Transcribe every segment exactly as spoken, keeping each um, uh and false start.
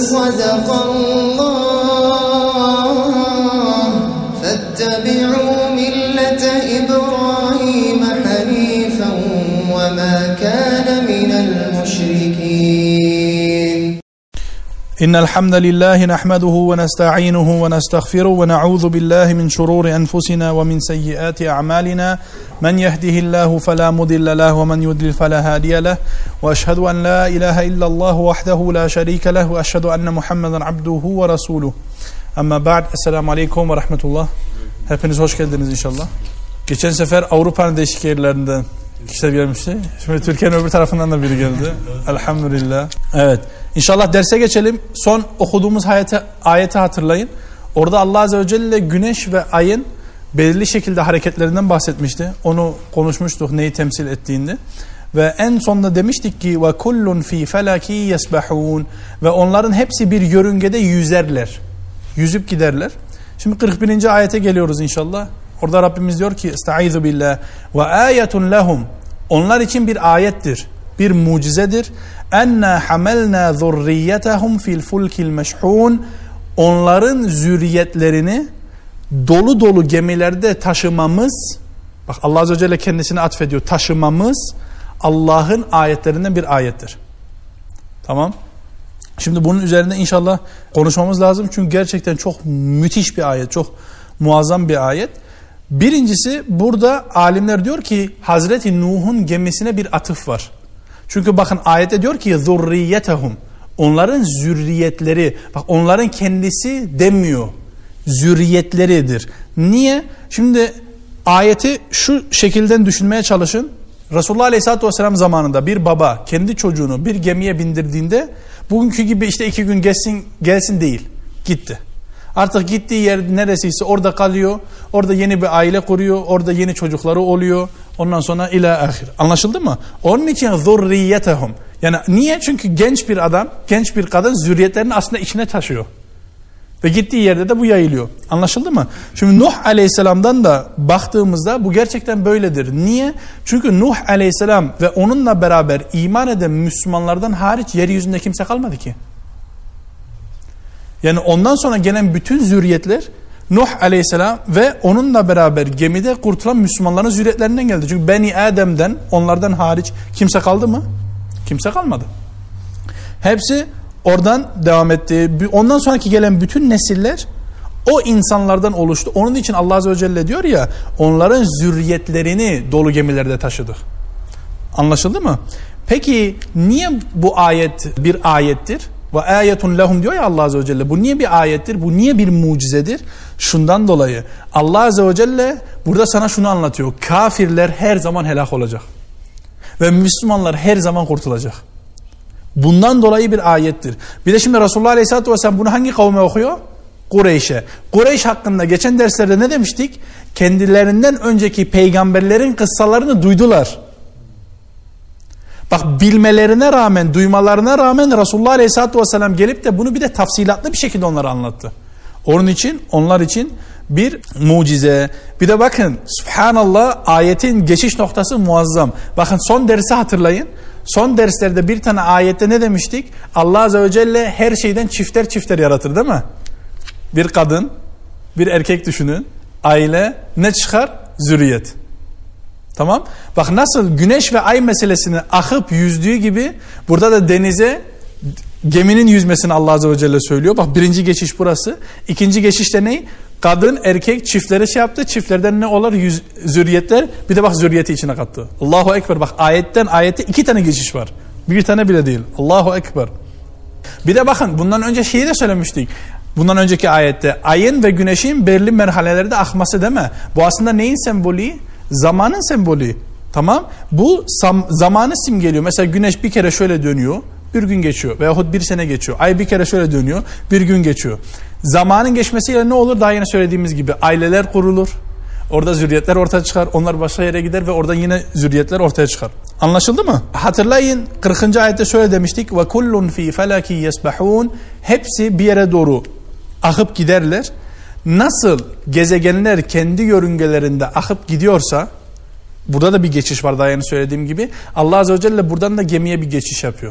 صدق الله فاتبعوا ملة إبراهيم حنيفا وما كان من المشركين إن الحمد لله نحمده ونستعينه ونستغفره ونعوذ بالله من شرور أنفسنا ومن سيئات أعمالنا من يهده الله فلا مضل له ومن يضلل فلا هادي له وأشهد أن لا إله إلا الله وحده لا شريك له وأشهد أن محمدا عبده ورسوله أما بعد السلام عليكم ورحمة الله. Hepiniz hoş geldiniz inşallah. Geçen sefer Avrupa'nın değişik yerlerinden kişiler gelmişti. Şimdi Türkiye'nin öbür tarafından da biri geldi. Elhamdülillah. Evet. İnşallah derse geçelim. Son okuduğumuz ayeti, ayeti hatırlayın. Orada Allah Azze ve Celle güneş ve ayın belirli şekilde hareketlerinden bahsetmişti. Onu konuşmuştuk neyi temsil ettiğini. Ve en sonunda demiştik ki ve kullun fi felaki yesbahun ve onların hepsi bir yörüngede yüzerler. Yüzüp giderler. Şimdi kırk birinci ayete geliyoruz inşallah. Orada Rabbimiz diyor ki estaizu billah ve ayetun lehum onlar için bir ayettir, bir mucizedir. Enna hamelna zurriyetehum fil fulkil meşhun onların zürriyetlerini dolu dolu gemilerde taşımamız, bak Allah Azze ve Celle kendisini atfediyor, taşımamız Allah'ın ayetlerinden bir ayettir. Tamam. Şimdi bunun üzerinde inşallah konuşmamız lazım çünkü gerçekten çok müthiş bir ayet, çok muazzam bir ayet. Birincisi burada alimler diyor ki Hazreti Nuh'un gemisine bir atıf var. Çünkü bakın ayette diyor ki zurriyetehum onların zürriyetleri, bak onların kendisi demiyor, zürriyetleridir. Niye? Şimdi ayeti şu şekilden düşünmeye çalışın. Resulullah Aleyhisselatü Vesselam zamanında bir baba kendi çocuğunu bir gemiye bindirdiğinde bugünkü gibi işte iki gün gelsin, gelsin değil, gitti. Artık gittiği yer neresiyse orada kalıyor, orada yeni bir aile kuruyor, orada yeni çocukları oluyor, ondan sonra ila ahir. Anlaşıldı mı? Onun için zurriyetehum. Yani niye? Çünkü genç bir adam, genç bir kadın zürriyetlerini aslında içine taşıyor. Ve gittiği yerde de bu yayılıyor. Anlaşıldı mı? Şimdi Nuh Aleyhisselam'dan da baktığımızda bu gerçekten böyledir. Niye? Çünkü Nuh Aleyhisselam ve onunla beraber iman eden Müslümanlardan hariç yeryüzünde kimse kalmadı ki. Yani ondan sonra gelen bütün zürriyetler Nuh Aleyhisselam ve onunla beraber gemide kurtulan Müslümanların zürriyetlerinden geldi. Çünkü Beni Adem'den onlardan hariç kimse kaldı mı? Kimse kalmadı. Hepsi oradan devam etti. Ondan sonraki gelen bütün nesiller o insanlardan oluştu. Onun için Allah Azze ve Celle diyor ya onların zürriyetlerini dolu gemilerde taşıdık. Anlaşıldı mı? Peki niye bu ayet bir ayettir? Ve ayetun lehum diyor ya Allah Azze ve Celle. Bu niye bir ayettir? Bu niye bir mucizedir? Şundan dolayı Allah Azze ve Celle burada sana şunu anlatıyor. Kafirler her zaman helak olacak. Ve Müslümanlar her zaman kurtulacak. Bundan dolayı bir ayettir. Bir de şimdi Resulullah Aleyhisselatü Vesselam bunu hangi kavme okuyor? Kureyş'e. Kureyş hakkında geçen derslerde ne demiştik? Kendilerinden önceki peygamberlerin kıssalarını duydular. Bak bilmelerine rağmen, duymalarına rağmen Resulullah Aleyhisselatü Vesselam gelip de bunu bir de tafsilatlı bir şekilde onlara anlattı. Onun için, onlar için bir mucize. Bir de bakın, Subhanallah ayetin geçiş noktası muazzam. Bakın son dersi hatırlayın. Son derslerde bir tane ayette ne demiştik? Allah Azze ve Celle her şeyden çifter çifter yaratır değil mi? Bir kadın, bir erkek düşünün. Aile ne çıkar? Zürriyet. Tamam. Bak nasıl güneş ve ay meselesini akıp yüzdüğü gibi burada da denize geminin yüzmesini Allah Azze ve Celle söylüyor. Bak birinci geçiş burası. İkinci geçişte ne? Kadın, erkek çiftleri şey yaptı. Çiftlerden ne olur? Yüz, zürriyetler. Bir de bak zürriyeti içine kattı. Allahu Ekber. Bak ayetten ayete iki tane geçiş var. Bir tane bile değil. Allahu Ekber. Bir de bakın bundan önce şeyi de söylemiştik. Bundan önceki ayette ayın ve güneşin belirli merhalelerde akması değil mi? Bu aslında neyin sembolü? Zamanın sembolü. Tamam. Bu sam, zamanı simgeliyor. Mesela güneş bir kere şöyle dönüyor. Bir gün geçiyor. Veyahut bir sene geçiyor. Ay bir kere şöyle dönüyor. Bir gün geçiyor. Zamanın geçmesiyle ne olur? Daha yine söylediğimiz gibi aileler kurulur. Orada zürriyetler ortaya çıkar. Onlar başka yere gider ve oradan yine zürriyetler ortaya çıkar. Anlaşıldı mı? Hatırlayın kırkıncı ayette şöyle demiştik. Ve kullun fi felaki yesbahun. Hepsi bir yere doğru akıp giderler. Nasıl gezegenler kendi yörüngelerinde akıp gidiyorsa, burada da bir geçiş var daha yeni söylediğim gibi. Allah Azze ve Celle buradan da gemiye bir geçiş yapıyor.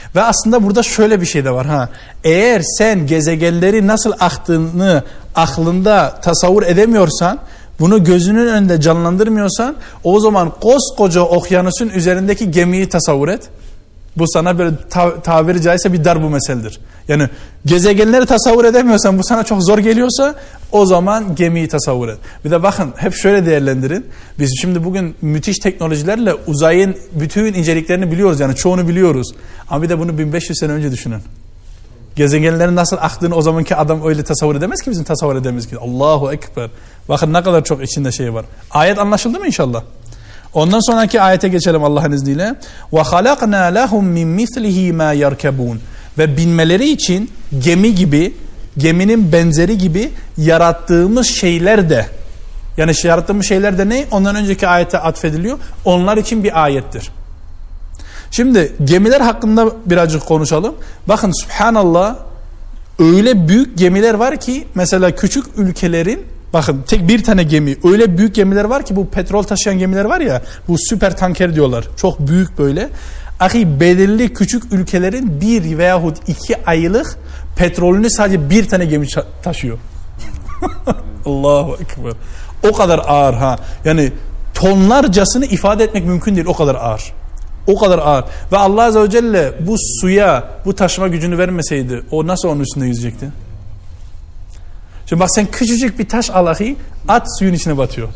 Ve aslında burada şöyle bir şey de var. ha. Eğer sen gezegenleri nasıl aktığını aklında tasavvur edemiyorsan, bunu gözünün önünde canlandırmıyorsan, o zaman koskoca okyanusun üzerindeki gemiyi tasavvur et. Bu sana böyle ta- tabiri caizse bir darbu meseldir. Yani gezegenleri tasavvur edemiyorsan, bu sana çok zor geliyorsa, o zaman gemiyi tasavvur et. Bir de bakın, hep şöyle değerlendirin. Biz şimdi bugün müthiş teknolojilerle uzayın bütün inceliklerini biliyoruz, yani çoğunu biliyoruz. Ama bir de bunu bin beş yüz sene önce düşünün. Gezegenlerin nasıl aktığını o zamanki adam öyle tasavvur edemez ki bizim tasavvur edemez ki. Allahu Ekber. Bakın ne kadar çok içinde şey var. Ayet anlaşıldı mı inşallah? Ondan sonraki ayete geçelim Allah'ın izniyle. وَخَلَقْنَا لَهُمْ مِنْ مِثْلِهِ مَا يَرْكَبُونَ. Ve binmeleri için gemi gibi, geminin benzeri gibi yarattığımız şeyler de, yani yarattığımız şeyler de ne? Ondan önceki ayete atfediliyor. Onlar için bir ayettir. Şimdi gemiler hakkında birazcık konuşalım. Bakın subhanallah, öyle büyük gemiler var ki mesela küçük ülkelerin, bakın tek bir tane gemi, öyle büyük gemiler var ki, bu petrol taşıyan gemiler var ya, bu süper tanker diyorlar. Çok büyük böyle. Ahi belirli küçük ülkelerin bir veyahut iki aylık petrolünü sadece bir tane gemi taşıyor. Allahu Ekber. O kadar ağır ha. Yani tonlarcasını ifade etmek mümkün değil, o kadar ağır. O kadar ağır. Ve Allah Azze ve Celle bu suya bu taşıma gücünü vermeseydi, o nasıl onun üstünde yüzecekti? Şimdi bak, sen küçücük bir taş alahi at, suyun içine batıyor.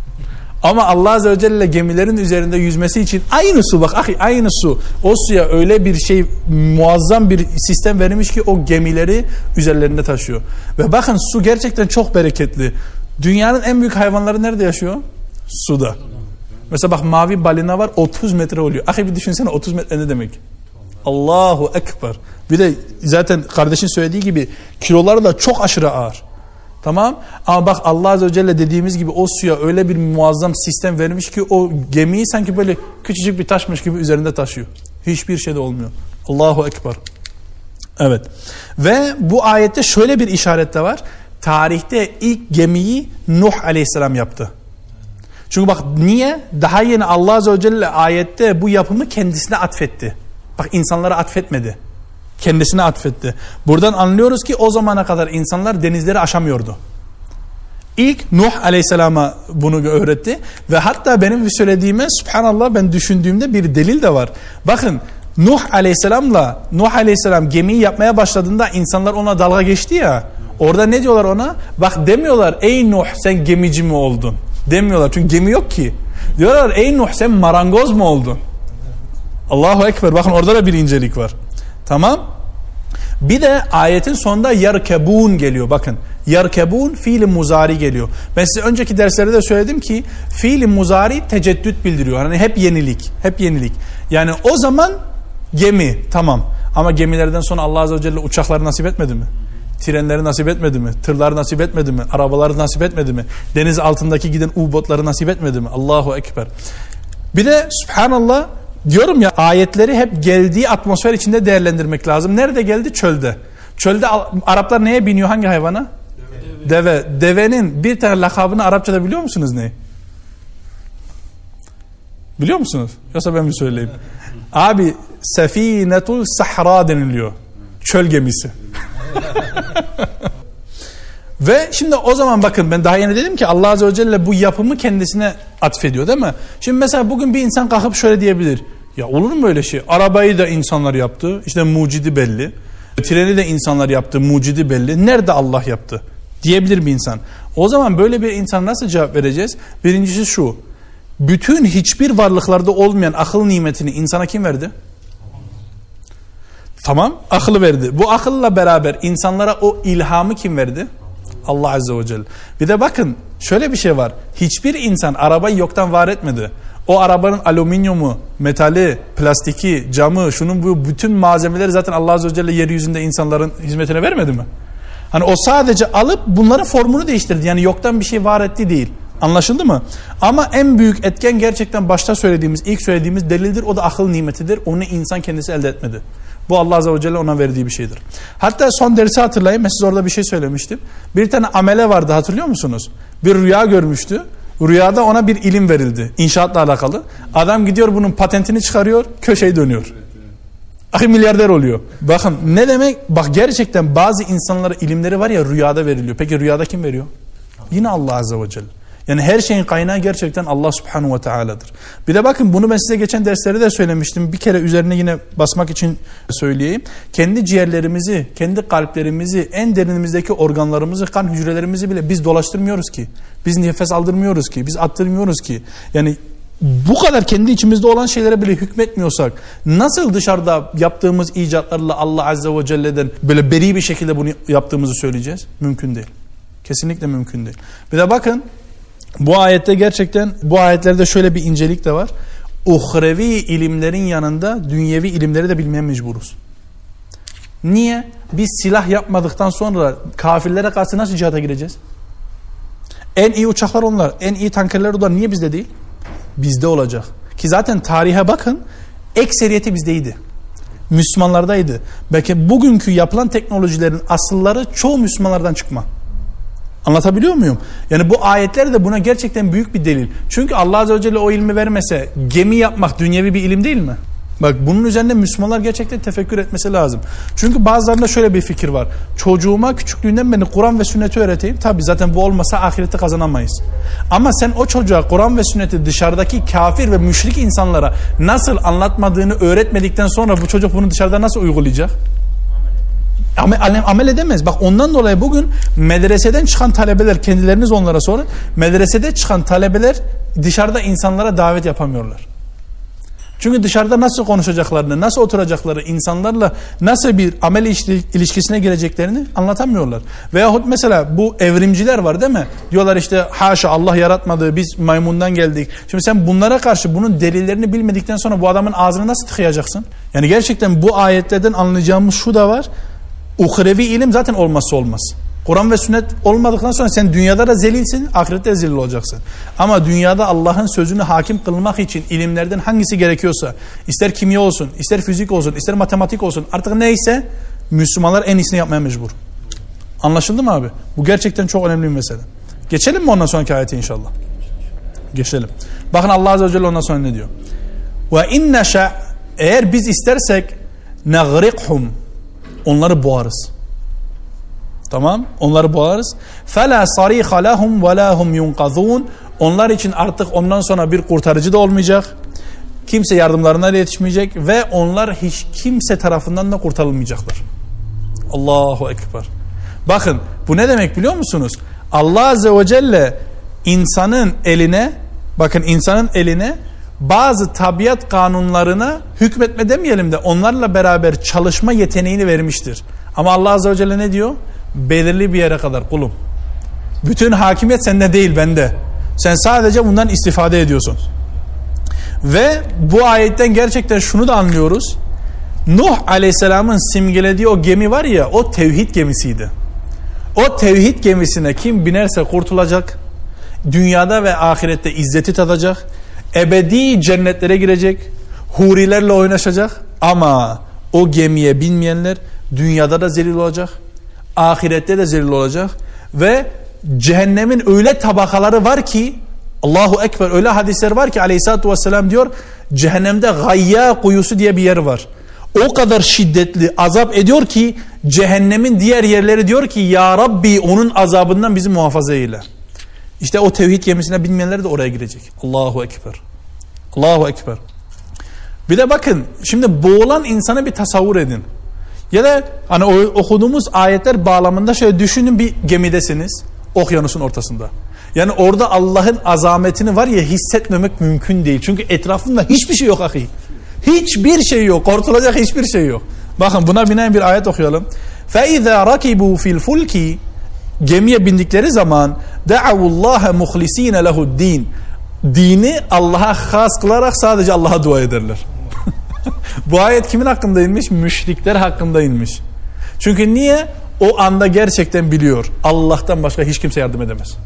Ama Allah Azze ve Celle gemilerin üzerinde yüzmesi için aynı su, bak ahi, aynı su, o suya öyle bir şey, muazzam bir sistem verilmiş ki o gemileri üzerlerinde taşıyor. Ve bakın, su gerçekten çok bereketli. Dünyanın en büyük hayvanları nerede yaşıyor? Suda. Mesela bak, mavi balina var, otuz metre oluyor. Ahi bir düşünsene, otuz metre ne demek? Allahu Ekber. Bir de zaten kardeşin söylediği gibi kiloları da çok aşırı ağır. Tamam, ama bak Allah Azze ve Celle dediğimiz gibi o suya öyle bir muazzam sistem vermiş ki o gemiyi sanki böyle küçücük bir taşmış gibi üzerinde taşıyor. Hiçbir şey de olmuyor. Allahu Ekber. Evet. Ve bu ayette şöyle bir işaret de var. Tarihte ilk gemiyi Nuh Aleyhisselam yaptı. Çünkü bak niye? Daha yeni Allah Azze ve Celle ayette bu yapımı kendisine atfetti. Bak, insanlara atfetmedi. Kendisine atfetti. Buradan anlıyoruz ki o zamana kadar insanlar denizleri aşamıyordu. İlk Nuh Aleyhisselam'a bunu öğretti. Ve hatta benim söylediğime subhanallah, ben düşündüğümde bir delil de var. Bakın, Nuh Aleyhisselam'la Nuh Aleyhisselam gemiyi yapmaya başladığında insanlar ona dalga geçti ya. Orada ne diyorlar ona? Bak demiyorlar ey Nuh sen gemici mi oldun? Demiyorlar çünkü gemi yok ki. Diyorlar ey Nuh sen marangoz mu oldun? Allahu Ekber. Bakın orada da bir incelik var. Tamam. Bir de ayetin sonunda yarkebun geliyor. Bakın, yarkebun fiil-i muzari geliyor. Ben size önceki derslerde de söyledim ki fiil-i muzari teceddüt bildiriyor. Yani hep yenilik, hep yenilik. Yani o zaman gemi tamam. Ama gemilerden sonra Allah Azze ve Celle uçakları nasip etmedi mi? Trenleri nasip etmedi mi? Tırları nasip etmedi mi? Arabaları nasip etmedi mi? Deniz altındaki giden U-botları nasip etmedi mi? Allahu Ekber. Bir de subhanallah, diyorum ya, ayetleri hep geldiği atmosfer içinde değerlendirmek lazım. Nerede geldi? Çölde. Çölde Araplar neye biniyor? Hangi hayvana? Deve. Deve. Devenin bir tane lakabını Arapçada biliyor musunuz ne? Biliyor musunuz? Yoksa ben mi söyleyeyim? Abi, Sefinetul Sahra deniliyor. Çöl gemisi. Ve şimdi o zaman bakın, ben daha yeni dedim ki Allah Azze ve Celle bu yapımı kendisine atfediyor değil mi? Şimdi mesela bugün bir insan kalkıp şöyle diyebilir. Ya olur mu böyle şey? Arabayı da insanlar yaptı. İşte mucidi belli. Treni de insanlar yaptı. Mucidi belli. Nerede Allah yaptı? Diyebilir bir insan. O zaman böyle bir insan nasıl cevap vereceğiz? Birincisi şu. Bütün hiçbir varlıklarda olmayan akıl nimetini insana kim verdi? Tamam. Akıllı verdi. Bu akılla beraber insanlara o ilhamı kim verdi? Allah Azze ve Celle. Bir de bakın şöyle bir şey var. Hiçbir insan arabayı yoktan var etmedi. O arabanın alüminyumu, metali, plastiki, camı, şunun bu bütün malzemeleri zaten Allah Azze ve Celle yeryüzünde insanların hizmetine vermedi mi? Hani o sadece alıp bunların formunu değiştirdi. Yani yoktan bir şey var etti değil. Anlaşıldı mı? Ama en büyük etken gerçekten başta söylediğimiz, ilk söylediğimiz delildir. O da akıl nimetidir. Onu insan kendisi elde etmedi. Bu Allah Azze ve Celle ona verdiği bir şeydir. Hatta son dersi hatırlayayım. Ben size orada bir şey söylemiştim. Bir tane amele vardı, hatırlıyor musunuz? Bir rüya görmüştü. Rüyada ona bir ilim verildi. İnşaatla alakalı. Adam gidiyor bunun patentini çıkarıyor, köşeyi dönüyor. Akı milyarder oluyor. Bakın ne demek? Bak gerçekten bazı insanlara ilimleri var ya rüyada veriliyor. Peki rüyada kim veriyor? Yine Allah Azze ve Celle. Yani her şeyin kaynağı gerçekten Allah Subhanahu ve Teala'dır. Bir de bakın bunu ben size geçen derslerde de söylemiştim. Bir kere üzerine yine basmak için söyleyeyim. Kendi ciğerlerimizi, kendi kalplerimizi, en derinimizdeki organlarımızı, kan hücrelerimizi bile biz dolaştırmıyoruz ki. Biz nefes aldırmıyoruz ki. Biz attırmıyoruz ki. Yani bu kadar kendi içimizde olan şeylere bile hükmetmiyorsak nasıl dışarıda yaptığımız icatlarla Allah Azze ve Celle'den böyle beri bir şekilde bunu yaptığımızı söyleyeceğiz? Mümkün değil. Kesinlikle mümkün değil. Bir de bakın bu ayette gerçekten bu ayetlerde şöyle bir incelik de var. Uhrevi ilimlerin yanında dünyevi ilimleri de bilmeye mecburuz. Niye? Biz silah yapmadıktan sonra kafirlere karşı nasıl cihada gireceğiz? En iyi uçaklar onlar, en iyi tankerler onlar. Niye bizde değil? Bizde olacak. Ki zaten tarihe bakın, ekseriyeti bizdeydi. Müslümanlardaydı. Belki bugünkü yapılan teknolojilerin asılları çoğu Müslümanlardan çıkma. Anlatabiliyor muyum? Yani bu ayetler de buna gerçekten büyük bir delil. Çünkü Allah Azze ve Celle o ilmi vermese gemi yapmak dünyevi bir ilim değil mi? Bak bunun üzerinde Müslümanlar gerçekten tefekkür etmesi lazım. Çünkü bazılarında şöyle bir fikir var. Çocuğuma küçüklüğünden beri Kur'an ve sünneti öğreteyim. Tabi zaten bu olmasa ahirette kazanamayız. Ama sen o çocuğa Kur'an ve sünneti dışarıdaki kafir ve müşrik insanlara nasıl anlatmadığını öğretmedikten sonra bu çocuk bunu dışarıda nasıl uygulayacak? Amel, amel edemez. Bak ondan dolayı bugün medreseden çıkan talebeler, kendileriniz onlara sorun. Medresede çıkan talebeler dışarıda insanlara davet yapamıyorlar. Çünkü dışarıda nasıl konuşacaklarını, nasıl oturacakları, insanlarla nasıl bir amel ilişkisine gireceklerini anlatamıyorlar. Veyahut mesela bu evrimciler var değil mi? Diyorlar işte haşa Allah yaratmadı, biz maymundan geldik. Şimdi sen bunlara karşı bunun delillerini bilmedikten sonra bu adamın ağzını nasıl tıkayacaksın? Yani gerçekten bu ayetlerden anlayacağımız şu da var. Uhrevi ilim zaten olmazsa olmaz. Kur'an ve sünnet olmadıktan sonra sen dünyada da zelilsin, ahirette de zelil olacaksın. Ama dünyada Allah'ın sözünü hakim kılmak için ilimlerden hangisi gerekiyorsa, ister kimya olsun, ister fizik olsun, ister matematik olsun, artık neyse Müslümanlar en iyisini yapmaya mecbur. Anlaşıldı mı abi? Bu gerçekten çok önemli bir mesele. Geçelim mi ondan sonraki ayete inşallah? Geçelim. Bakın Allah Azze ve Celle ondan sonra ne diyor? Ve inneşe, eğer biz istersek negrikhum, onları boğarız. Tamam? Onları boğarız. فَلَا صَرِيخَ لَهُمْ وَلَا هُمْ يُنْقَذُونَ. Onlar için artık ondan sonra bir kurtarıcı da olmayacak. Kimse yardımlarına yetişmeyecek ve onlar hiç kimse tarafından da kurtarılmayacaklar. Allahu Ekber. Bakın bu ne demek biliyor musunuz? Allah Azze ve Celle insanın eline, bakın insanın eline bazı tabiat kanunlarına hükmetme demeyelim de onlarla beraber çalışma yeteneğini vermiştir. Ama Allah Azze ve Celle ne diyor? Belirli bir yere kadar kulum. Bütün hakimiyet sende değil, bende. Sen sadece bundan istifade ediyorsun. Ve bu ayetten gerçekten şunu da anlıyoruz. Nuh Aleyhisselam'ın simgelediği o gemi var ya, o tevhid gemisiydi. O tevhid gemisine kim binerse kurtulacak. Dünyada ve ahirette izzeti tadacak. Ebedi cennetlere girecek. Hurilerle oynaşacak. Ama o gemiye binmeyenler dünyada da zelil olacak. Ahirette de zelil olacak. Ve cehennemin öyle tabakaları var ki, Allahu Ekber, öyle hadisler var ki Aleyhisselatü Vesselam diyor, cehennemde gayya kuyusu diye bir yer var. O kadar şiddetli azap ediyor ki cehennemin diğer yerleri diyor ki ya Rabbi onun azabından bizi muhafaza eyle. İşte o tevhid gemisine binmeyenler de oraya girecek. Allahu Ekber. Allahu Ekber. Bir de bakın şimdi boğulan insanı bir tasavvur edin. Ya da hani okuduğumuz ayetler bağlamında şöyle düşünün, bir gemidesiniz okyanusun ortasında. Yani orada Allah'ın azametini var ya hissetmemek mümkün değil. Çünkü etrafında hiçbir şey yok ahi. Hiçbir şey yok. Korkulacak hiçbir şey yok. Bakın buna binaen bir ayet okuyalım. فَاِذَا رَكِبُوا فِي الْفُلْكِ Gemiye bindikleri zaman دَعَوُ اللّٰهَ مُخْلِس۪ينَ لَهُ الدِّينَ Dini Allah'a has kılarak sadece Allah'a dua ederler. Bu ayet kimin hakkında inmiş? Müşrikler hakkında inmiş. Çünkü niye? O anda gerçekten biliyor. Allah'tan başka hiç kimse yardım edemez.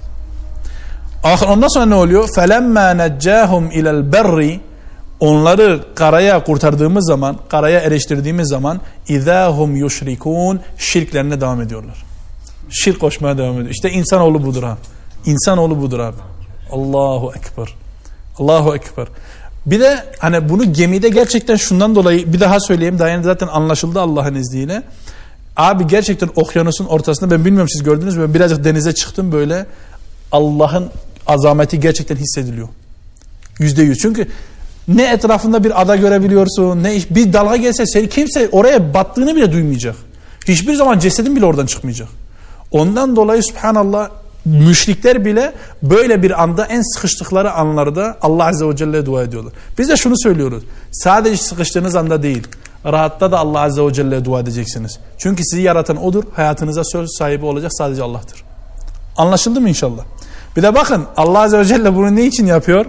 Ondan sonra ne oluyor? فَلَمَّا نَجَّاهُمْ اِلَى الْبَرِّ Onları karaya kurtardığımız zaman, karaya eriştirdiğimiz zaman اِذَا هُمْ يُشْرِكُونَ Şirklerine devam ediyorlar. Şirk koşmaya devam ediyor. İşte insanoğlu budur ha. İnsanoğlu budur abi. Allahu Ekber. Allahu Ekber. Bir de hani bunu gemide gerçekten şundan dolayı bir daha söyleyeyim. Daha yani zaten anlaşıldı Allah'ın izniyle. Abi gerçekten okyanusun ortasında, ben bilmiyorum siz gördünüz mü, ben birazcık denize çıktım, böyle Allah'ın azameti gerçekten hissediliyor. Yüzde yüz. Çünkü ne etrafında bir ada görebiliyorsun, ne iş, bir dalga gelse seni kimse oraya battığını bile duymayacak. Hiçbir zaman cesedin bile oradan çıkmayacak. Ondan dolayı subhanallah müşrikler bile böyle bir anda, en sıkıştıkları anlarda Allah Azze ve Celle'ye dua ediyorlar. Biz de şunu söylüyoruz. Sadece sıkıştığınız anda değil, rahatta da Allah Azze ve Celle'ye dua edeceksiniz. Çünkü sizi yaratan O'dur. Hayatınıza söz sahibi olacak sadece Allah'tır. Anlaşıldı mı inşallah? Bir de bakın Allah Azze ve Celle bunu ne için yapıyor?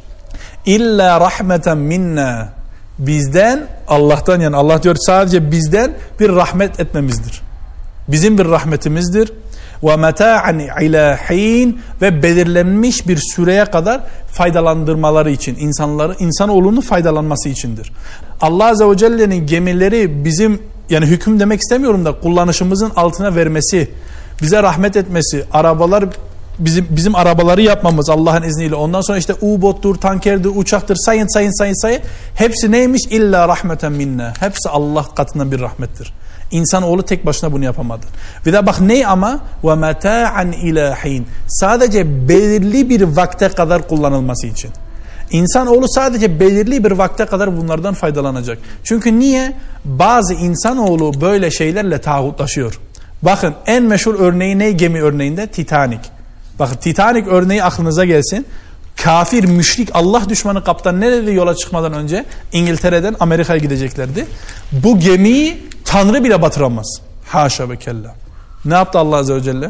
İlla rahmeten minna. Bizden, Allah'tan, yani Allah diyor sadece bizden bir rahmet etmemizdir. Bizim bir rahmetimizdir. Ve meta'an ila hin, ve belirlenmiş bir süreye kadar faydalandırmaları için, insanları, insanoğlunun faydalanması içindir. Allah Azze ve Celle'nin gemileri bizim, yani hüküm demek istemiyorum da, kullanışımızın altına vermesi, bize rahmet etmesi, arabalar bizim bizim arabaları yapmamız Allah'ın izniyle. Ondan sonra işte U-bottur, tankerdir, uçaktır, sayın sayın sayın sayın. Hepsi neymiş? İlla rahmeten minna. Hepsi Allah katından bir rahmettir. İnsanoğlu tek başına bunu yapamadı. Bir de bak ney ama? Ve meta'an ila hin. Sadece belirli bir vakte kadar kullanılması için. İnsanoğlu sadece belirli bir vakte kadar bunlardan faydalanacak. Çünkü niye? Bazı insanoğlu böyle şeylerle tağutlaşıyor. Bakın en meşhur örneği ne gemi örneğinde? Titanic. Bakın Titanic örneği aklınıza gelsin. Kafir, müşrik, Allah düşmanı kaptan ne dedi yola çıkmadan önce? İngiltere'den Amerika'ya gideceklerdi. Bu gemiyi Tanrı bile batıramaz. Haşa ve kella. Ne yaptı Allah Azze ve Celle?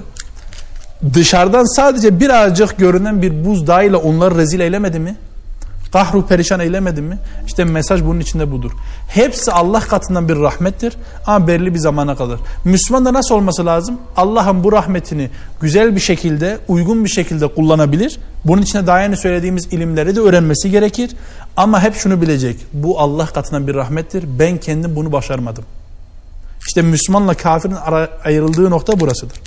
Dışarıdan sadece birazcık görünen bir buzdağıyla onları rezil eylemedi mi? Kahru perişan eylemedi mi? İşte mesaj bunun içinde budur. Hepsi Allah katından bir rahmettir ama belirli bir zamana kadar. Müslüman da nasıl olması lazım? Allah'ın bu rahmetini güzel bir şekilde, uygun bir şekilde kullanabilir. Bunun içine daha yeni söylediğimiz ilimleri de öğrenmesi gerekir. Ama hep şunu bilecek. Bu Allah katından bir rahmettir. Ben kendim bunu başarmadım. İşte Müslümanla kafirin ayrıldığı nokta burasıdır.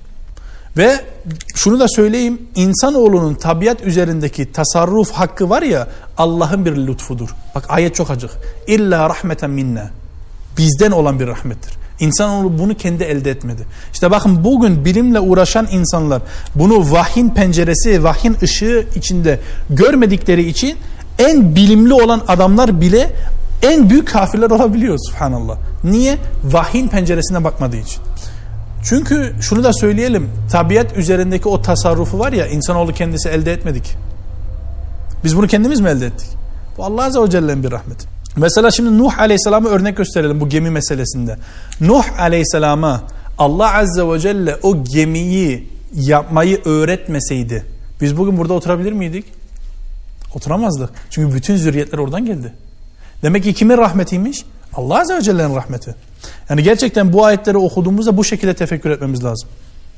Ve şunu da söyleyeyim, insanoğlunun tabiat üzerindeki tasarruf hakkı var ya, Allah'ın bir lütfudur. Bak ayet çok açık. İlla rahmeten minna. Bizden olan bir rahmettir. İnsanoğlu bunu kendi elde etmedi. İşte bakın bugün bilimle uğraşan insanlar bunu vahyin penceresi, vahyin ışığı içinde görmedikleri için en bilimli olan adamlar bile en büyük kafirler olabiliyor subhanallah. Niye? Vahyin penceresine bakmadığı için. Çünkü şunu da söyleyelim, tabiat üzerindeki o tasarrufu var ya, insanoğlu kendisi elde etmedik. Biz bunu kendimiz mi elde ettik? Bu Allah Azze ve Celle'nin bir rahmeti. Mesela şimdi Nuh Aleyhisselam'a örnek gösterelim bu gemi meselesinde. Nuh Aleyhisselam'a Allah Azze ve Celle o gemiyi yapmayı öğretmeseydi, biz bugün burada oturabilir miydik? Oturamazdık. Çünkü bütün zürriyetler oradan geldi. Demek ki kimin rahmetiymiş? Allah Azze ve Celle'nin rahmeti. Yani gerçekten bu ayetleri okuduğumuzda bu şekilde tefekkür etmemiz lazım.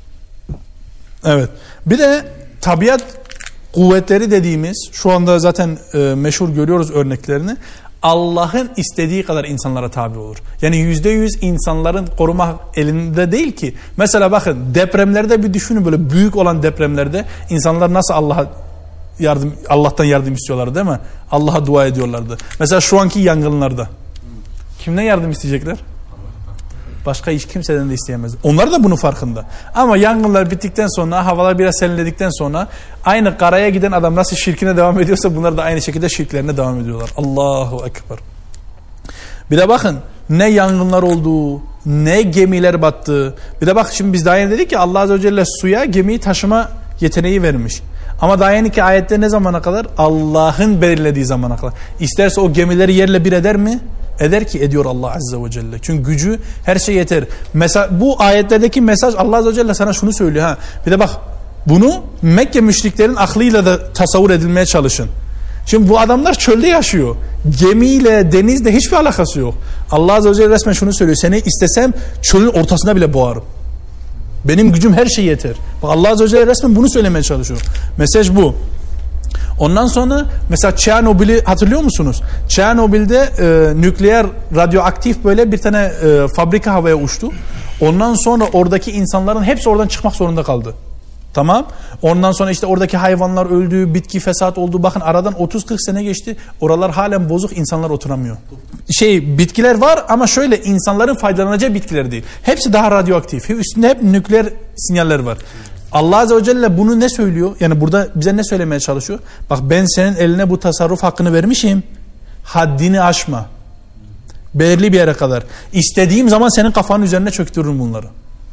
Evet. Bir de tabiat kuvvetleri dediğimiz, şu anda zaten e, meşhur görüyoruz örneklerini. Allah'ın istediği kadar insanlara tabi olur. Yani yüzde yüz insanların koruma elinde değil ki. Mesela bakın depremlerde bir düşünün, böyle büyük olan depremlerde insanlar nasıl Allah'a yardım, Allah'tan yardım istiyorlar değil mi? Allah'a dua ediyorlardı. Mesela şu anki yangınlarda kimden yardım isteyecekler? Başka hiç kimseden de isteyemez. Onlar da bunun farkında. Ama yangınlar bittikten sonra, havalar biraz serinledikten sonra aynı karaya giden adam nasıl şirkine devam ediyorsa bunlar da aynı şekilde şirklerine devam ediyorlar. Allahu Ekber. Bir de bakın ne yangınlar oldu, ne gemiler battı. Bir de bak şimdi biz daha yeni dedik ki Allah Azze ve Celle suya gemiyi taşıma yeteneği vermiş. Ama daha yeni ki ayette ne zamana kadar? Allah'ın belirlediği zamana kadar. İsterse o gemileri yerle bir eder mi? Eder ki ediyor Allah Azze ve Celle. Çünkü gücü her şey yeter. Mesela bu ayetlerdeki mesaj Allah Azze ve Celle sana şunu söylüyor. Ha. Bir de bak bunu Mekke müşriklerin aklıyla da tasavvur edilmeye çalışın. Şimdi bu adamlar çölde yaşıyor. Gemiyle, denizle hiçbir alakası yok. Allah Azze ve Celle resmen şunu söylüyor. Seni istesem çölün ortasına bile boğarım. Benim gücüm her şey yeter. Bak Allah Azze ve Celle resmen bunu söylemeye çalışıyor. Mesaj bu. Ondan sonra mesela Çernobyl'i hatırlıyor musunuz? Çernobil'de e, nükleer radyoaktif böyle bir tane e, fabrika havaya uçtu. Ondan sonra oradaki insanların hepsi oradan çıkmak zorunda kaldı. Tamam. Ondan sonra işte oradaki hayvanlar öldü, bitki fesat oldu. Bakın aradan otuz kırk sene geçti. Oralar halen bozuk, insanlar oturamıyor. Şey bitkiler var ama şöyle insanların faydalanacağı bitkiler değil. Hepsi daha radyoaktif. Üstünde hep nükleer sinyaller var. Allah Azze ve Celle bunu ne söylüyor? Yani burada bize ne söylemeye çalışıyor? Bak ben senin eline bu tasarruf hakkını vermişim. Haddini aşma. Belirli bir yere kadar. İstediğim zaman senin kafanın üzerine çöktürürüm bunları.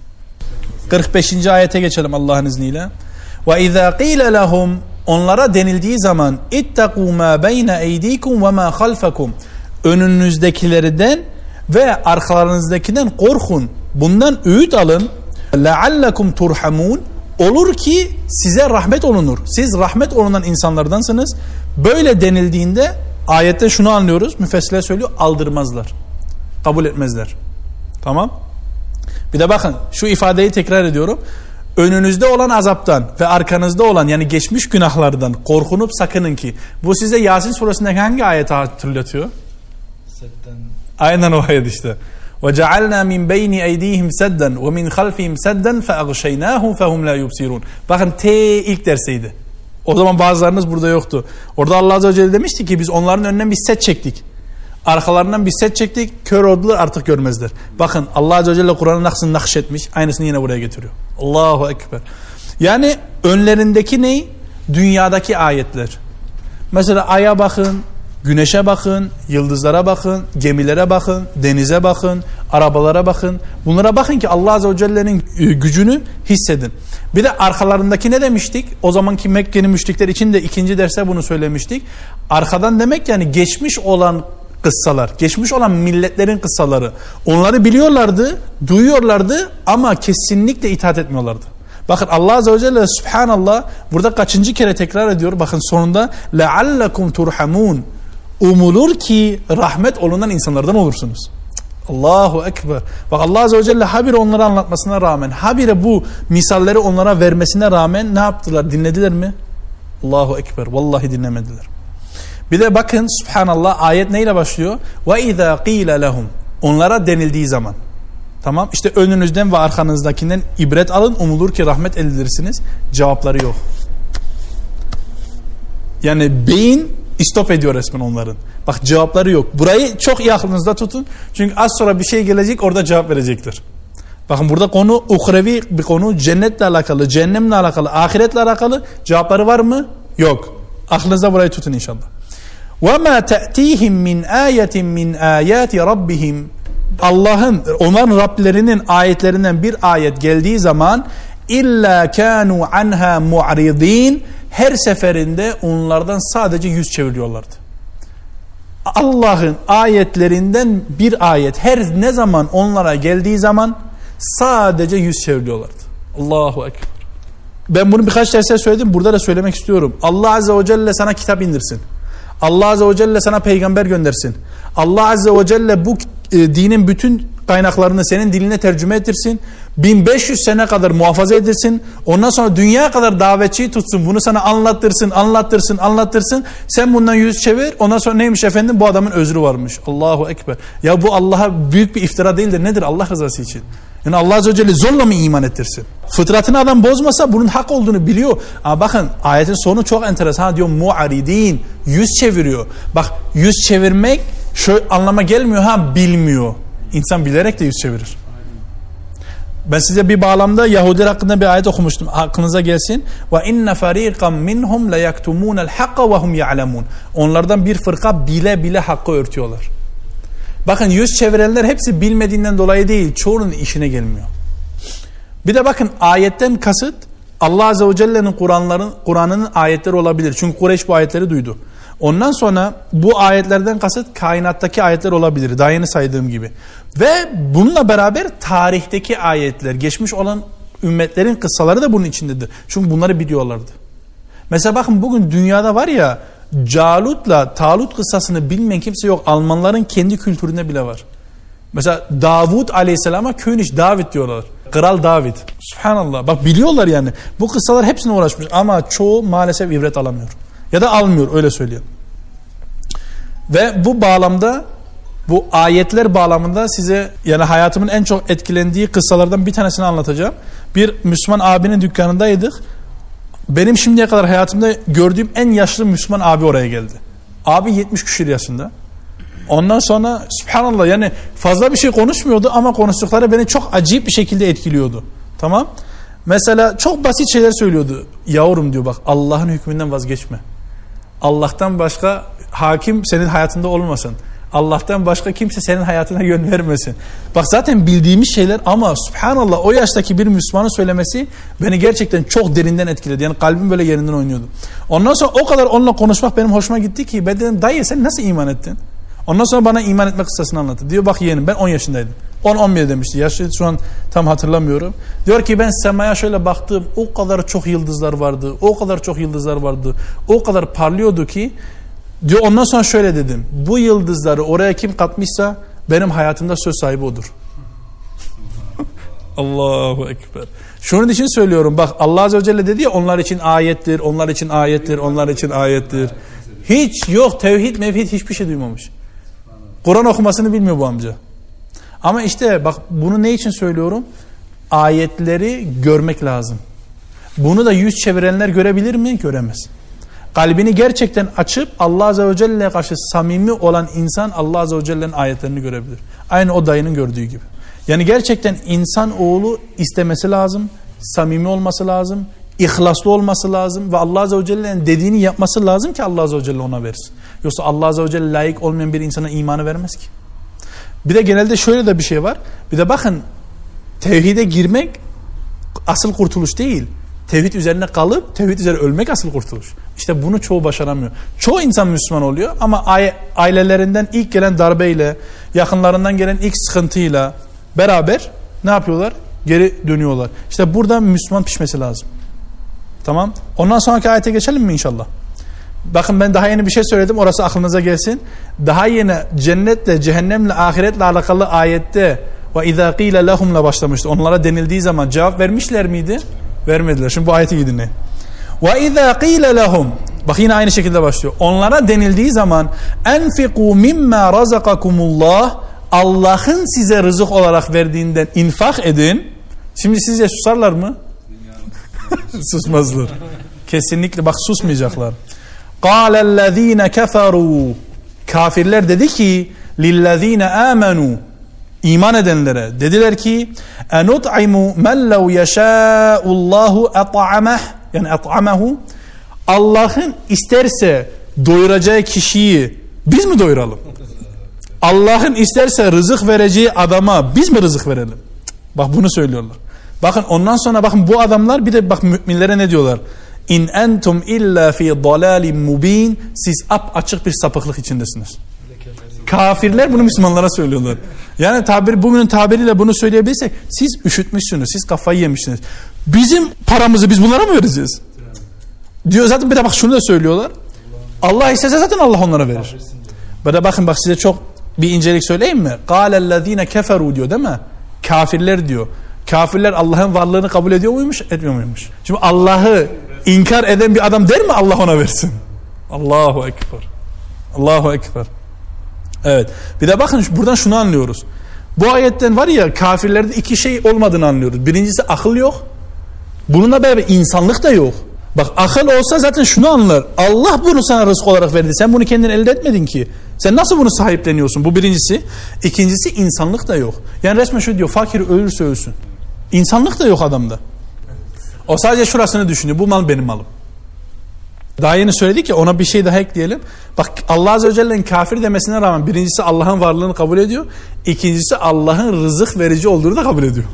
kırk beşinci ayete geçelim Allah'ın izniyle. Ve izâ qîle lehum, onlara denildiği zaman ittaqû mâ beyne eydikum ve mâ halfakum, önünüzdekilerden ve arkalarınızdakinden korkun. Bundan öğüt alın. Leallekum turhamun, olur ki size rahmet olunur. Siz rahmet olunan insanlardansınız. Böyle denildiğinde ayette şunu anlıyoruz. Müfessirler söylüyor, aldırmazlar. Kabul etmezler. Tamam. Bir de bakın şu ifadeyi tekrar ediyorum. Önünüzde olan azaptan ve arkanızda olan yani geçmiş günahlardan korkunup sakının ki. Bu size Yasin suresindeki hangi ayeti hatırlatıyor? Sedden. Aynen o ayet işte. وَجَعَلْنَا مِنْ بَيْنِ اَيْد۪يهِمْ سَدًّا وَمِنْ خَلْفِهِمْ سَدًّا فَاَغْشَيْنَاهُمْ فَهُمْ لَا يُبْصِرُونَ. Bakın te ilk derseydi. O zaman bazılarınız burada yoktu. Orada Allah Azze ve Celle demişti ki biz onların önünden bir set çektik. Arkalarından bir set çektik. Kör oldular, artık görmezler. Bakın Allah Azze ve Celle Kur'an'ın aksını nakşetmiş. Aynısını yine buraya getiriyor. Allahu Ekber. Yani önlerindeki ne? Dünyadaki ayetler. Mesela aya bakın, güneşe bakın, yıldızlara bakın, gemilere bakın, denize bakın, arabalara bakın. Bunlara bakın ki Allah Azze ve Celle'nin gücünü hissedin. Bir de arkalarındaki ne demiştik? O zamanki Mekke'nin müşrikler için de ikinci derste bunu söylemiştik. Arkadan demek yani geçmiş olan kıssalar, geçmiş olan milletlerin kıssaları. Onları biliyorlardı, duyuyorlardı ama kesinlikle itaat etmiyorlardı. Bakın Allah Azze ve Celle Subhanallah burada kaçıncı kere tekrar ediyor? Bakın sonunda leallekum turhamun. Umulur ki rahmet olunan insanlardan olursunuz. Allahu Ekber. Bak Allah Azze ve Celle habire onlara anlatmasına rağmen, habire bu misalleri onlara vermesine rağmen ne yaptılar? Dinlediler mi? Allahu Ekber. Vallahi dinlemediler. Bir de bakın Subhanallah ayet neyle başlıyor? وَاِذَا قِيلَ لَهُمْ, onlara denildiği zaman. Tamam, işte önünüzden ve arkanızdakinden ibret alın, umulur ki rahmet edilirsiniz. Cevapları yok. Yani beyin istop ediyor resmen onların. Bak cevapları yok. Burayı çok iyi aklınızda tutun. Çünkü az sonra bir şey gelecek, orada cevap verecektir. Bakın burada konu uhrevi bir konu, cennetle alakalı, cehennemle alakalı, ahiretle alakalı. Cevapları var mı? Yok. Aklınızda burayı tutun inşallah. وَمَا تَأْتِيهِمْ مِنْ آيَةٍ مِنْ آيَاتِ رَبِّهِمْ, Allah'ın, onların Rablerinin ayetlerinden bir ayet geldiği zaman illa kanu anha mu'ridin, her seferinde onlardan sadece yüz çeviriyorlardı. Allah'ın ayetlerinden bir ayet her ne zaman onlara geldiği zaman sadece yüz çeviriyorlardı. Allahu Ekber. Ben bunu birkaç derste söyledim, burada da söylemek istiyorum. Allah Azze ve Celle sana kitap indirsin. Allah Azze ve Celle sana peygamber göndersin. Allah Azze ve Celle bu e, dinin bütün kaynaklarını senin diline tercüme ettirsin. bin beş yüz sene kadar muhafaza edilsin. Ondan sonra dünya kadar davetçiyi tutsun. Bunu sana anlattırsın, anlattırsın, anlattırsın. Sen bundan yüz çevir. Ondan sonra neymiş efendim? Bu adamın özrü varmış. Allahu Ekber. Ya bu Allah'a büyük bir iftira değildir. Nedir Allah rızası için? Yani Allah Azze ve Celle zorla mı iman ettirsin? Fıtratını adam bozmasa bunun hak olduğunu biliyor. Ama bakın ayetin sonu çok enteresan. Ha diyor mu'aridin. Yüz çeviriyor. Bak yüz çevirmek şu anlama gelmiyor. Ha bilmiyor. İnsan bilerek de yüz çevirir. Ben size bir bağlamda Yahudiler hakkında bir ayet okumuştum. Aklınıza gelsin. Ve inne fariqan minhum la yaktumuna'l hakka ve hum ya'lemun. Onlardan bir fırka bile bile hakkı örtüyorlar. Bakın yüz çevirenler hepsi bilmediğinden dolayı değil, çoğunun işine gelmiyor. Bir de bakın ayetten kasıt Allah Azze ve Celle'nin Kur'an'ların Kur'an'ın ayetleri olabilir. Çünkü Kureyş bu ayetleri duydu. Ondan sonra bu ayetlerden kasıt kainattaki ayetler olabilir. Daha yeni saydığım gibi. Ve bununla beraber tarihteki ayetler, geçmiş olan ümmetlerin kıssaları da bunun içindedir. Çünkü bunları biliyorlardı. Mesela bakın bugün dünyada var ya, Calut'la Talut kıssasını bilmeyen kimse yok. Almanların kendi kültüründe bile var. Mesela Davud Aleyhisselam'a König David diyorlar. Kral David. Subhanallah. Bak biliyorlar yani. Bu kıssalar hepsine uğraşmış ama çoğu maalesef ibret alamıyor. Ya da almıyor, öyle söyleyeyim. Ve bu bağlamda Bu ayetler bağlamında size yani hayatımın en çok etkilendiği kıssalardan bir tanesini anlatacağım. Bir Müslüman abinin dükkanındaydık. Benim şimdiye kadar hayatımda gördüğüm en yaşlı Müslüman abi oraya geldi. Abi yetmiş küsur yaşında. Ondan sonra subhanallah yani fazla bir şey konuşmuyordu ama konuştukları beni çok acayip bir şekilde etkiliyordu. Tamam. Mesela çok basit şeyler söylüyordu. Yavrum diyor bak Allah'ın hükmünden vazgeçme. Allah'tan başka hakim senin hayatında olmasın. Allah'tan başka kimse senin hayatına yön vermesin. Bak zaten bildiğimiz şeyler ama subhanallah o yaştaki bir Müslümanın söylemesi beni gerçekten çok derinden etkiledi. Yani kalbim böyle yerinden oynuyordu. Ondan sonra o kadar onunla konuşmak benim hoşuma gitti ki ben dedim dayı sen nasıl iman ettin? Ondan sonra bana iman etme kıssasını anlattı. Diyor bak yeğenim ben on yaşındaydım. on on bir demişti. Yaşı şu an tam hatırlamıyorum. Diyor ki ben semaya şöyle baktım. O kadar çok yıldızlar vardı. O kadar çok yıldızlar vardı. O kadar parlıyordu ki diyor ondan sonra şöyle dedim. Bu yıldızları oraya kim katmışsa benim hayatımda söz sahibi odur. Allahu Ekber. Şunun için söylüyorum. Bak Allah Azze ve Celle dedi ya onlar için ayettir, onlar için ayettir, onlar için ayettir. Hiç yok tevhid, mevhid hiçbir şey duymamış. Kur'an okumasını bilmiyor bu amca. Ama işte bak bunu ne için söylüyorum? Ayetleri görmek lazım. Bunu da yüz çevirenler görebilir mi? Göremez. Kalbini gerçekten açıp Allah Azze ve Celle'ye karşı samimi olan insan Allah Azze ve Celle'nin ayetlerini görebilir. Aynı o dayının gördüğü gibi. Yani gerçekten insan oğlu istemesi lazım, samimi olması lazım, ihlaslı olması lazım ve Allah Azze ve Celle'nin dediğini yapması lazım ki Allah Azze ve Celle ona versin. Yoksa Allah Azze ve Celle layık olmayan bir insana imanı vermez ki. Bir de genelde şöyle de bir şey var. Bir de bakın tevhide girmek asıl kurtuluş değil. Tevhid üzerine kalıp tevhid üzerine ölmek asıl kurtuluş. İşte bunu çoğu başaramıyor. Çoğu insan Müslüman oluyor ama ailelerinden ilk gelen darbeyle, yakınlarından gelen ilk sıkıntıyla beraber ne yapıyorlar? Geri dönüyorlar. İşte burada Müslüman pişmesi lazım. Tamam. Ondan sonraki ayete geçelim mi inşallah? Bakın ben daha yeni bir şey söyledim. Orası aklınıza gelsin. Daha yeni cennetle, cehennemle, ahiretle alakalı ayette ve izâ qîle lehum'la başlamıştı. Onlara denildiği zaman cevap vermişler miydi? Vermediler. Şimdi bu ayeti iyi dinleyin. Ve izâ qîle lehum. Bak yine aynı şekilde başlıyor. Onlara denildiği zaman enfikû mimmâ razakakumullah. Allah'ın size rızık olarak verdiğinden infak edin. Şimdi sizce susarlar mı? Susmazlar. Kesinlikle bak susmayacaklar. قَالَ الَّذ۪ينَ كَفَرُوا Kafirler dedi ki لِلَّذ۪ينَ آمَنُوا İman edenlere dediler ki اَنُطْعِمُ مَنْ لَوْ يَشَاءُ اللّٰهُ اَطْعَمَهُ yani اَطْعَمَهُ Allah'ın isterse doyuracağı kişiyi biz mi doyuralım? Allah'ın isterse rızık vereceği adama biz mi rızık verelim? Bak bunu söylüyorlar. Bakın ondan sonra bakın bu adamlar bir de bak müminlere ne diyorlar? İn entum illa fi dalalin mubin. Siz ap açık bir sapıklık içindesiniz. Kafirler bunu Müslümanlara söylüyorlar. Yani tabir bugünün tabiriyle bunu söyleyebilirsek siz üşütmüşsünüz. Siz kafayı yemişsiniz. Bizim paramızı biz bunlara mı vereceğiz? Diyor zaten bir de bak şunu da söylüyorlar. Allah istese zaten Allah onlara verir. Bir de bakın bak size çok bir incelik söyleyeyim mi? Qâlellezîne keferû diyor değil mi? Kafirler diyor. Kafirler Allah'ın varlığını kabul ediyor muymuş? Etmiyor muymuş? Şimdi Allah'ı inkar eden bir adam der mi Allah ona versin? Allahu Ekber. Allahu Ekber. Evet. Bir de bakın buradan şunu anlıyoruz. Bu ayetten var ya kafirlerde iki şey olmadığını anlıyoruz. Birincisi akıl yok. Bununla beraber insanlık da yok. Bak akıl olsa zaten şunu anlar. Allah bunu sana rızık olarak verdi. Sen bunu kendin elde etmedin ki. Sen nasıl bunu sahipleniyorsun? Bu birincisi. İkincisi insanlık da yok. Yani resmen şu diyor fakir ölürse ölsün. İnsanlık da yok adamda. O sadece şurasını düşünüyor. Bu mal benim malım. Daha yeni söyledik ya ona bir şey daha ekleyelim. Bak Allah Azze ve Celle'nin kafir demesine rağmen birincisi Allah'ın varlığını kabul ediyor. İkincisi Allah'ın rızık verici olduğunu da kabul ediyor.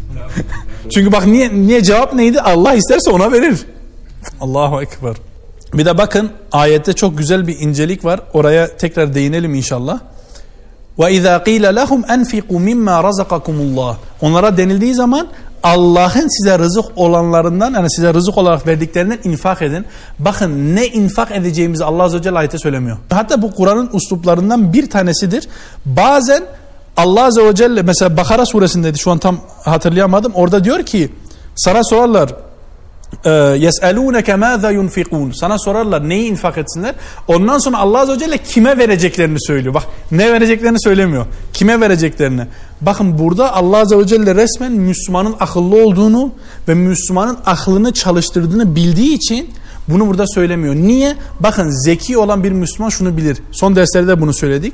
Çünkü bak niye, niye cevap neydi? Allah isterse ona verir. Allahu Ekber. Bir de bakın ayette çok güzel bir incelik var. Oraya tekrar değinelim inşallah. وَاِذَا قِيلَ لَهُمْ اَنْفِقُوا مِمَّا رَزَقَكُمُ اللّٰهِ Onlara denildiği zaman Allah'ın size rızık olanlarından yani size rızık olarak verdiklerinden infak edin. Bakın ne infak edeceğimizi Allah Azze ve Celle ayette söylemiyor. Hatta bu Kur'an'ın usluplarından bir tanesidir. Bazen Allah Azze ve Celle mesela Bakara suresindeydi şu an tam hatırlayamadım. Orada diyor ki sana sorarlar يَسْأَلُونَكَ مَاذَا يُنْفِقُونَ Sana sorarlar neyi infak etsinler. Ondan sonra Allah Azze ve Celle kime vereceklerini söylüyor. Bak ne vereceklerini söylemiyor. Kime vereceklerini. Bakın burada Allah Azze ve Celle resmen Müslümanın akıllı olduğunu ve Müslümanın aklını çalıştırdığını bildiği için bunu burada söylemiyor. Niye? Bakın zeki olan bir Müslüman şunu bilir. Son derslerde bunu söyledik.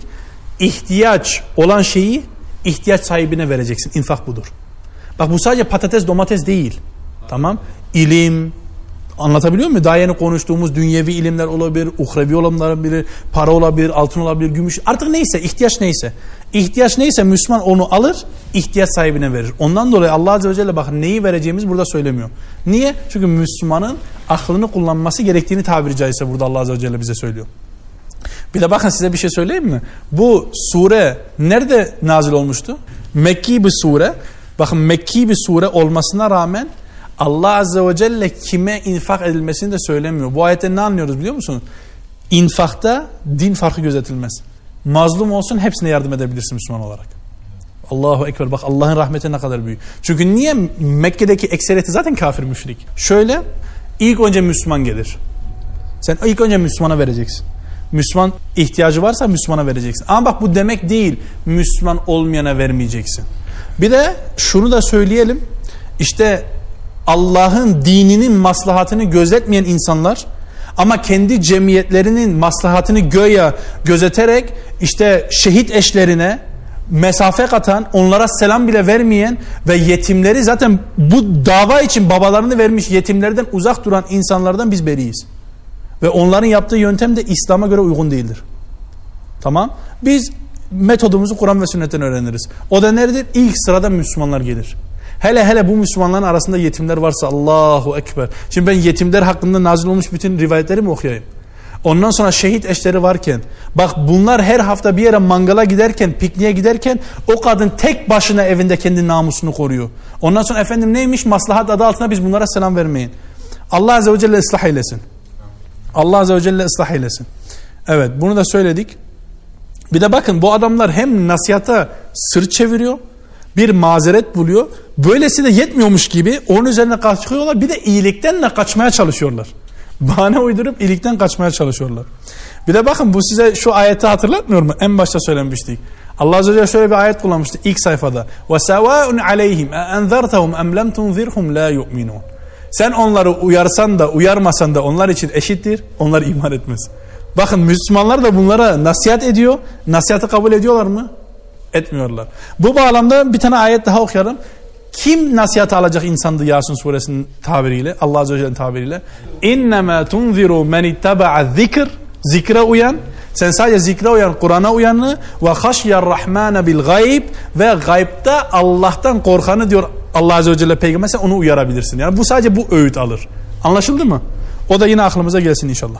İhtiyaç olan şeyi ihtiyaç sahibine vereceksin. İnfak budur. Bak bu sadece patates domates değil. Tamam. İlim, anlatabiliyor muyum? Daha yeni konuştuğumuz dünyevi ilimler olabilir, uhrevi olanlar olabilir, para olabilir, altın olabilir, gümüş. Artık neyse, ihtiyaç neyse. İhtiyaç neyse Müslüman onu alır, ihtiyaç sahibine verir. Ondan dolayı Allah Azze ve Celle bakın neyi vereceğimiz burada söylemiyor. Niye? Çünkü Müslümanın aklını kullanması gerektiğini tabiri caizse burada Allah Azze ve Celle bize söylüyor. Bir de bakın size bir şey söyleyeyim mi? Bu sure nerede nazil olmuştu? Mekki bir sure. Bakın Mekki bir sure olmasına rağmen Allah Azze ve Celle kime infak edilmesini de söylemiyor. Bu ayetten ne anlıyoruz biliyor musunuz? İnfakta din farkı gözetilmez. Mazlum olsun hepsine yardım edebilirsin Müslüman olarak. Allahu Ekber. Bak Allah'ın rahmeti ne kadar büyük. Çünkü niye? Mekke'deki ekseriyeti zaten kafir müşrik. Şöyle ilk önce Müslüman gelir. Sen ilk önce Müslümana vereceksin. Müslüman ihtiyacı varsa Müslümana vereceksin. Ama bak bu demek değil Müslüman olmayana vermeyeceksin. Bir de şunu da söyleyelim. İşte Allah'ın dininin maslahatını gözetmeyen insanlar ama kendi cemiyetlerinin maslahatını göya gözeterek işte şehit eşlerine mesafe katan, onlara selam bile vermeyen ve yetimleri zaten bu dava için babalarını vermiş yetimlerden uzak duran insanlardan biz beriyiz. Ve onların yaptığı yöntem de İslam'a göre uygun değildir. Tamam? Biz metodumuzu Kur'an ve sünnetten öğreniriz. O da neredir? İlk sırada Müslümanlar gelir. Hele hele bu Müslümanların arasında yetimler varsa Allahu Ekber. Şimdi ben yetimler hakkında nazil olmuş bütün rivayetleri mi okuyayım? Ondan sonra şehit eşleri varken, bak bunlar her hafta bir yere mangala giderken, pikniğe giderken o kadın tek başına evinde kendi namusunu koruyor. Ondan sonra efendim neymiş? Maslahat adı altına biz bunlara selam vermeyin. Allah Azze ve Celle ıslah eylesin. Allah Azze ve Celle ıslah eylesin. Evet, bunu da söyledik. Bir de bakın bu adamlar hem nasihata sırt çeviriyor, bir mazeret buluyor. Böylesi de yetmiyormuş gibi onun üzerine kaçıyorlar. Bir de iyilikten de kaçmaya çalışıyorlar. Bahane uydurup iyilikten kaçmaya çalışıyorlar. Bir de bakın bu size şu ayeti hatırlatmıyor mu? En başta söylemiştik. Allah Azze ve Celle şöyle bir ayet kullanmıştı ilk sayfada. وَسَوَاءٌ عَلَيْهِمْ اَنْذَرْتَهُمْ اَمْ لَمْ تُنْذِرْهُمْ لَا يُؤْمِنُونَ Sen onları uyarsan da uyarmasan da onlar için eşittir. Onlar iman etmez. Bakın Müslümanlar da bunlara nasihat ediyor. Nasihatı kabul ediyorlar mı? Etmiyorlar. Bu bağlamda bir tane ayet daha okuyalım. Kim nasihat alacak insandı Yasin suresinin tabiriyle? Allah Azze ve Celle'nin tabiriyle. İnnemâ tunziru men ittaba'a zikr. Zikre uyan. Sen sadece zikre uyan, Kur'an'a uyanı ve haşyar rahmane bil gayb ve gaybda Allah'tan korkanı diyor Allah Azze ve Celle peygamber sen onu uyarabilirsin. Yani bu sadece bu öğüt alır. Anlaşıldı mı? O da yine aklımıza gelsin inşallah.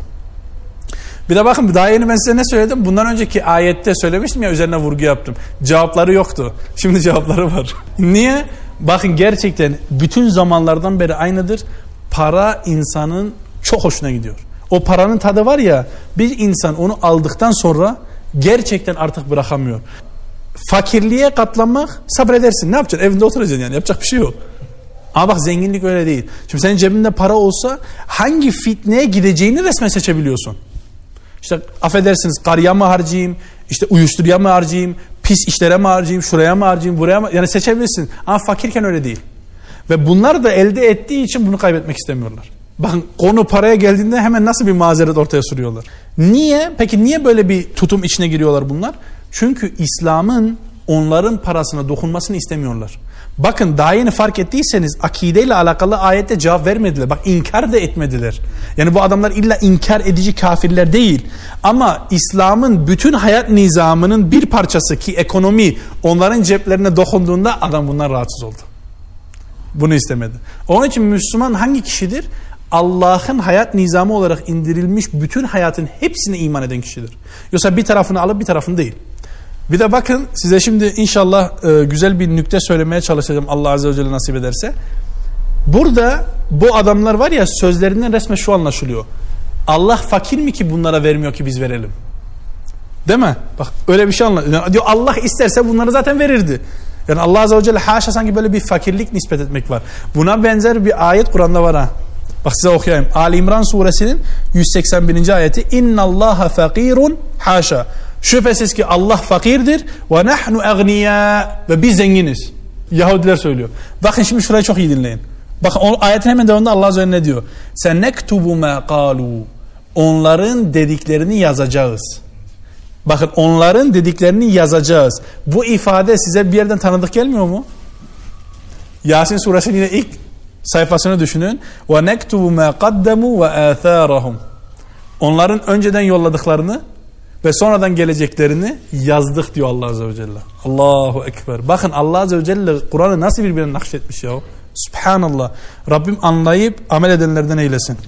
Bir de bakın daha yeni ben size ne söyledim? Bundan önceki ayette söylemiştim ya üzerine vurgu yaptım. Cevapları yoktu. Şimdi cevapları var. Niye? Bakın gerçekten bütün zamanlardan beri aynıdır. Para insanın çok hoşuna gidiyor. O paranın tadı var ya bir insan onu aldıktan sonra gerçekten artık bırakamıyor. Fakirliğe katlanmak sabredersin. Ne yapacaksın? Evinde oturacaksın yani. Yapacak bir şey yok. Ama bak zenginlik öyle değil. Şimdi senin cebinde para olsa hangi fitneye gideceğini resmen seçebiliyorsun. İşte affedersiniz karıya mı harcayayım, işte uyuşturuya mı harcayayım, pis işlere mi harcayayım, şuraya mı harcayayım, buraya mı? Yani seçebilirsin. Ama fakirken öyle değil. Ve bunlar da elde ettiği için bunu kaybetmek istemiyorlar. Bakın konu paraya geldiğinde hemen nasıl bir mazeret ortaya sürüyorlar. Niye? Peki niye böyle bir tutum içine giriyorlar bunlar? Çünkü İslam'ın onların parasına dokunmasını istemiyorlar. Bakın daha yeni fark ettiyseniz akideyle alakalı ayette cevap vermediler. Bak inkar da etmediler. Yani bu adamlar illa inkar edici kafirler değil. Ama İslam'ın bütün hayat nizamının bir parçası ki ekonomi onların ceplerine dokunduğunda adam bundan rahatsız oldu. Bunu istemedi. Onun için Müslüman hangi kişidir? Allah'ın hayat nizamı olarak indirilmiş bütün hayatın hepsine iman eden kişidir. Yoksa bir tarafını alıp bir tarafını değil. Bir de bakın size şimdi inşallah e, güzel bir nükte söylemeye çalışacağım Allah Azze ve Celle nasip ederse. Burada bu adamlar var ya sözlerinden resmen şu anlaşılıyor. Allah fakir mi ki bunlara vermiyor ki biz verelim? Değil mi? Bak öyle bir şey anlaşılıyor. Yani diyor Allah isterse bunları zaten verirdi. Yani Allah Azze ve Celle haşa sanki böyle bir fakirlik nispet etmek var. Buna benzer bir ayet Kur'an'da var ha. Bak size okuyayım. Ali İmran suresinin yüz seksen birinci ayeti. İnnallaha fakirun haşa. Şüphesiz ki Allah fakirdir ve nahnu agniya ve biz zenginiz. Yahudiler söylüyor. Bakın şimdi şurayı çok iyi dinleyin. Bakın o ayetin hemen devamında Allah Azze ve Celle ne diyor? Sen nektubu ma qalu. Onların dediklerini yazacağız. Bakın onların dediklerini yazacağız. Bu ifade size bir yerden tanıdık gelmiyor mu? Yasin suresinin yine ilk sayfasını düşünün. Ve nektubu ma qaddamu ve atharahum. Onların önceden yolladıklarını ve sonradan geleceklerini yazdık diyor Allah Azze ve Celle. Allahu Ekber. Bakın Allah Azze ve Celle Kur'an'ı nasıl birbirine nakşetmiş ya. Subhanallah. Rabbim anlayıp amel edenlerden eylesin.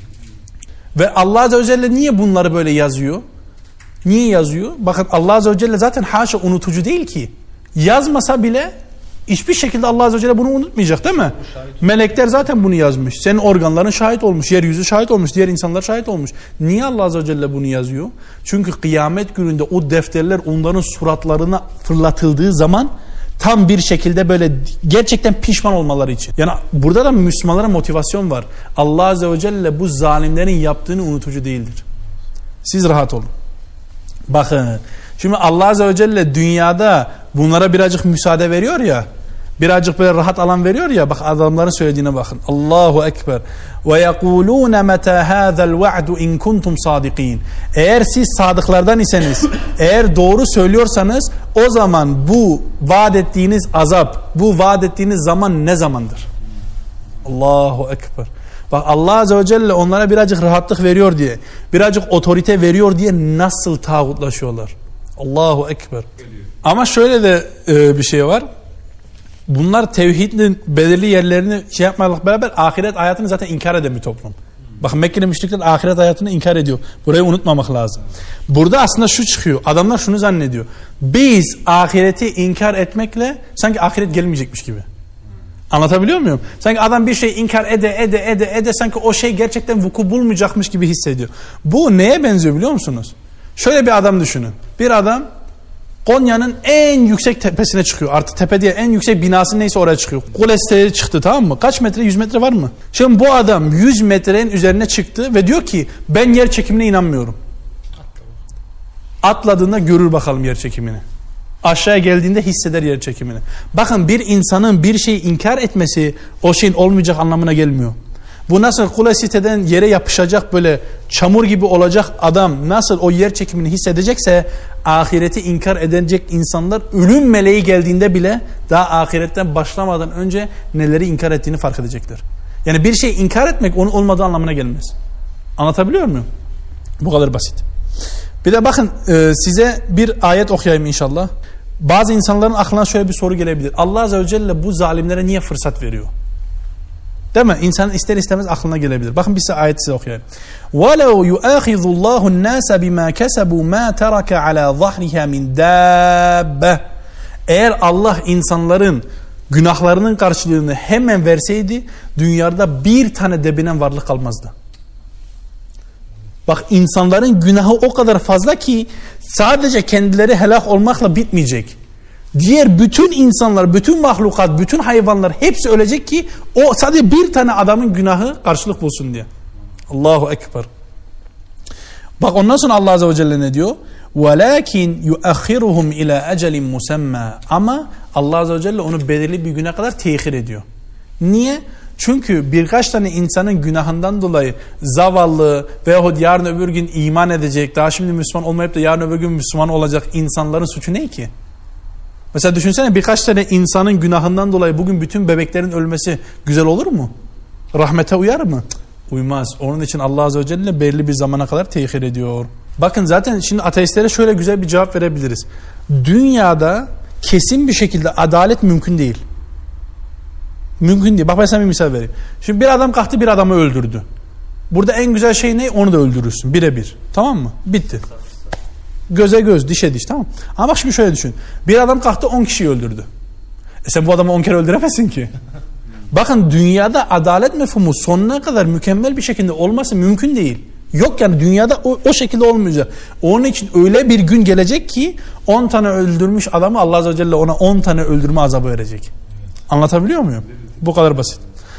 Ve Allah Azze ve Celle niye bunları böyle yazıyor? Niye yazıyor? Bakın Allah Azze ve Celle zaten haşa unutucu değil ki. Yazmasa bile hiçbir şekilde Allah Azze ve Celle bunu unutmayacak değil mi? Melekler zaten bunu yazmış. Senin organların şahit olmuş. Yeryüzü şahit olmuş. Diğer insanlar şahit olmuş. Niye Allah Azze ve Celle bunu yazıyor? Çünkü kıyamet gününde o defterler onların suratlarına fırlatıldığı zaman tam bir şekilde böyle gerçekten pişman olmaları için. Yani burada da Müslümanlara motivasyon var. Allah Azze ve Celle bu zalimlerin yaptığını unutucu değildir. Siz rahat olun. Bakın şimdi Allah Azze ve Celle dünyada bunlara birazcık müsaade veriyor ya, birazcık böyle rahat alan veriyor ya, bak adamların söylediğine bakın. Allahu Ekber. Ve yekulûne metâ hâzel ve'du in kuntum sâdikîn. Eğer siz sadıklardan iseniz, eğer doğru söylüyorsanız o zaman bu vaat ettiğiniz azap, bu vaat ettiğiniz zaman ne zamandır? Allahu Ekber. Bak Allah Azze ve Celle onlara birazcık rahatlık veriyor diye, birazcık otorite veriyor diye nasıl tağutlaşıyorlar. Allahu Ekber. Ama şöyle de e, bir şey var. Bunlar tevhidin belirli yerlerini şey yapmakla beraber ahiret hayatını zaten inkar eden bir toplum. Bakın Mekke'li müşrikler ahiret hayatını inkar ediyor. Burayı unutmamak lazım. Burada aslında şu çıkıyor. Adamlar şunu zannediyor. Biz ahireti inkar etmekle sanki ahiret gelmeyecekmiş gibi. Anlatabiliyor muyum? Sanki adam bir şey inkar ede ede ede ede sanki o şey gerçekten vuku bulmayacakmış gibi hissediyor. Bu neye benziyor biliyor musunuz? Şöyle bir adam düşünün. Bir adam Konya'nın en yüksek tepesine çıkıyor. Artık tepe diye en yüksek binası neyse oraya çıkıyor. Kulesteleri çıktı, tamam mı? Kaç metre? yüz metre var mı? Şimdi bu adam yüz metrenin üzerine çıktı ve diyor ki ben yer çekimine inanmıyorum. Atladığında görür bakalım yer çekimini. Aşağıya geldiğinde hisseder yer çekimini. Bakın bir insanın bir şeyi inkar etmesi o şeyin olmayacak anlamına gelmiyor. Bu nasıl kule siteden yere yapışacak böyle çamur gibi olacak adam nasıl o yer çekimini hissedecekse ahireti inkar edecek insanlar ölüm meleği geldiğinde bile daha ahiretten başlamadan önce neleri inkar ettiğini fark edecekler. Yani bir şey inkar etmek onun olmadığı anlamına gelmez. Anlatabiliyor muyum? Bu kadar basit. Bir de bakın size bir ayet okuyayım inşallah. Bazı insanların aklına şöyle bir soru gelebilir. Allah Azze ve Celle bu zalimlere niye fırsat veriyor? Değil mi? İnsanın ister istemez aklına gelebilir. Bakın bir size ayet size okuyayım. وَلَوْ يُؤَخِذُ اللّٰهُ النَّاسَ بِمَا كَسَبُوا مَا تَرَكَ عَلَى ظَهْرِهَا مِنْ دَابَّةٍ. Eğer Allah insanların günahlarının karşılığını hemen verseydi dünyada bir tane debinen varlık kalmazdı. Bak insanların günahı o kadar fazla ki sadece kendileri helak olmakla bitmeyecek. Diğer bütün insanlar, bütün mahlukat, bütün hayvanlar hepsi ölecek ki o sadece bir tane adamın günahı karşılık bulsun diye. Allahu Ekber. Bak ondan sonra Allah Azze ve Celle ne diyor? وَلَكِنْ يُؤَخِّرُهُمْ اِلَى اَجَلٍ مُسَمَّى. Ama Allah Azze ve Celle onu belirli bir güne kadar tehir ediyor. Niye? Çünkü birkaç tane insanın günahından dolayı zavallı veyahut yarın öbür gün iman edecek, daha şimdi Müslüman olmayıp da yarın öbür gün Müslüman olacak insanların suçu ne ki? Mesela düşünsene birkaç tane insanın günahından dolayı bugün bütün bebeklerin ölmesi güzel olur mu? Rahmete uyar mı? Uymaz. Onun için Allah Azze ve Celle belirli bir zamana kadar tehir ediyor. Bakın zaten şimdi ateistlere şöyle güzel bir cevap verebiliriz. Dünyada kesin bir şekilde adalet mümkün değil. Mümkün değil. Bak ben sana bir misal vereyim. Şimdi bir adam kalktı bir adamı öldürdü. Burada en güzel şey ne? Onu da öldürürsün. Birebir. Tamam mı? Bitti. Göze göz, dişe diş, tamam. Ama bak şimdi şöyle düşün. Bir adam kalktı on kişiyi öldürdü. E sen bu adamı on kere öldüremezsin ki. Bakın dünyada adalet mefhumu sonuna kadar mükemmel bir şekilde olması mümkün değil. Yok yani dünyada o, o şekilde olmayacak. Onun için öyle bir gün gelecek ki on tane öldürmüş adamı Allah Azze ve Celle ona on tane öldürme azabı verecek. Anlatabiliyor muyum? Bu kadar basit.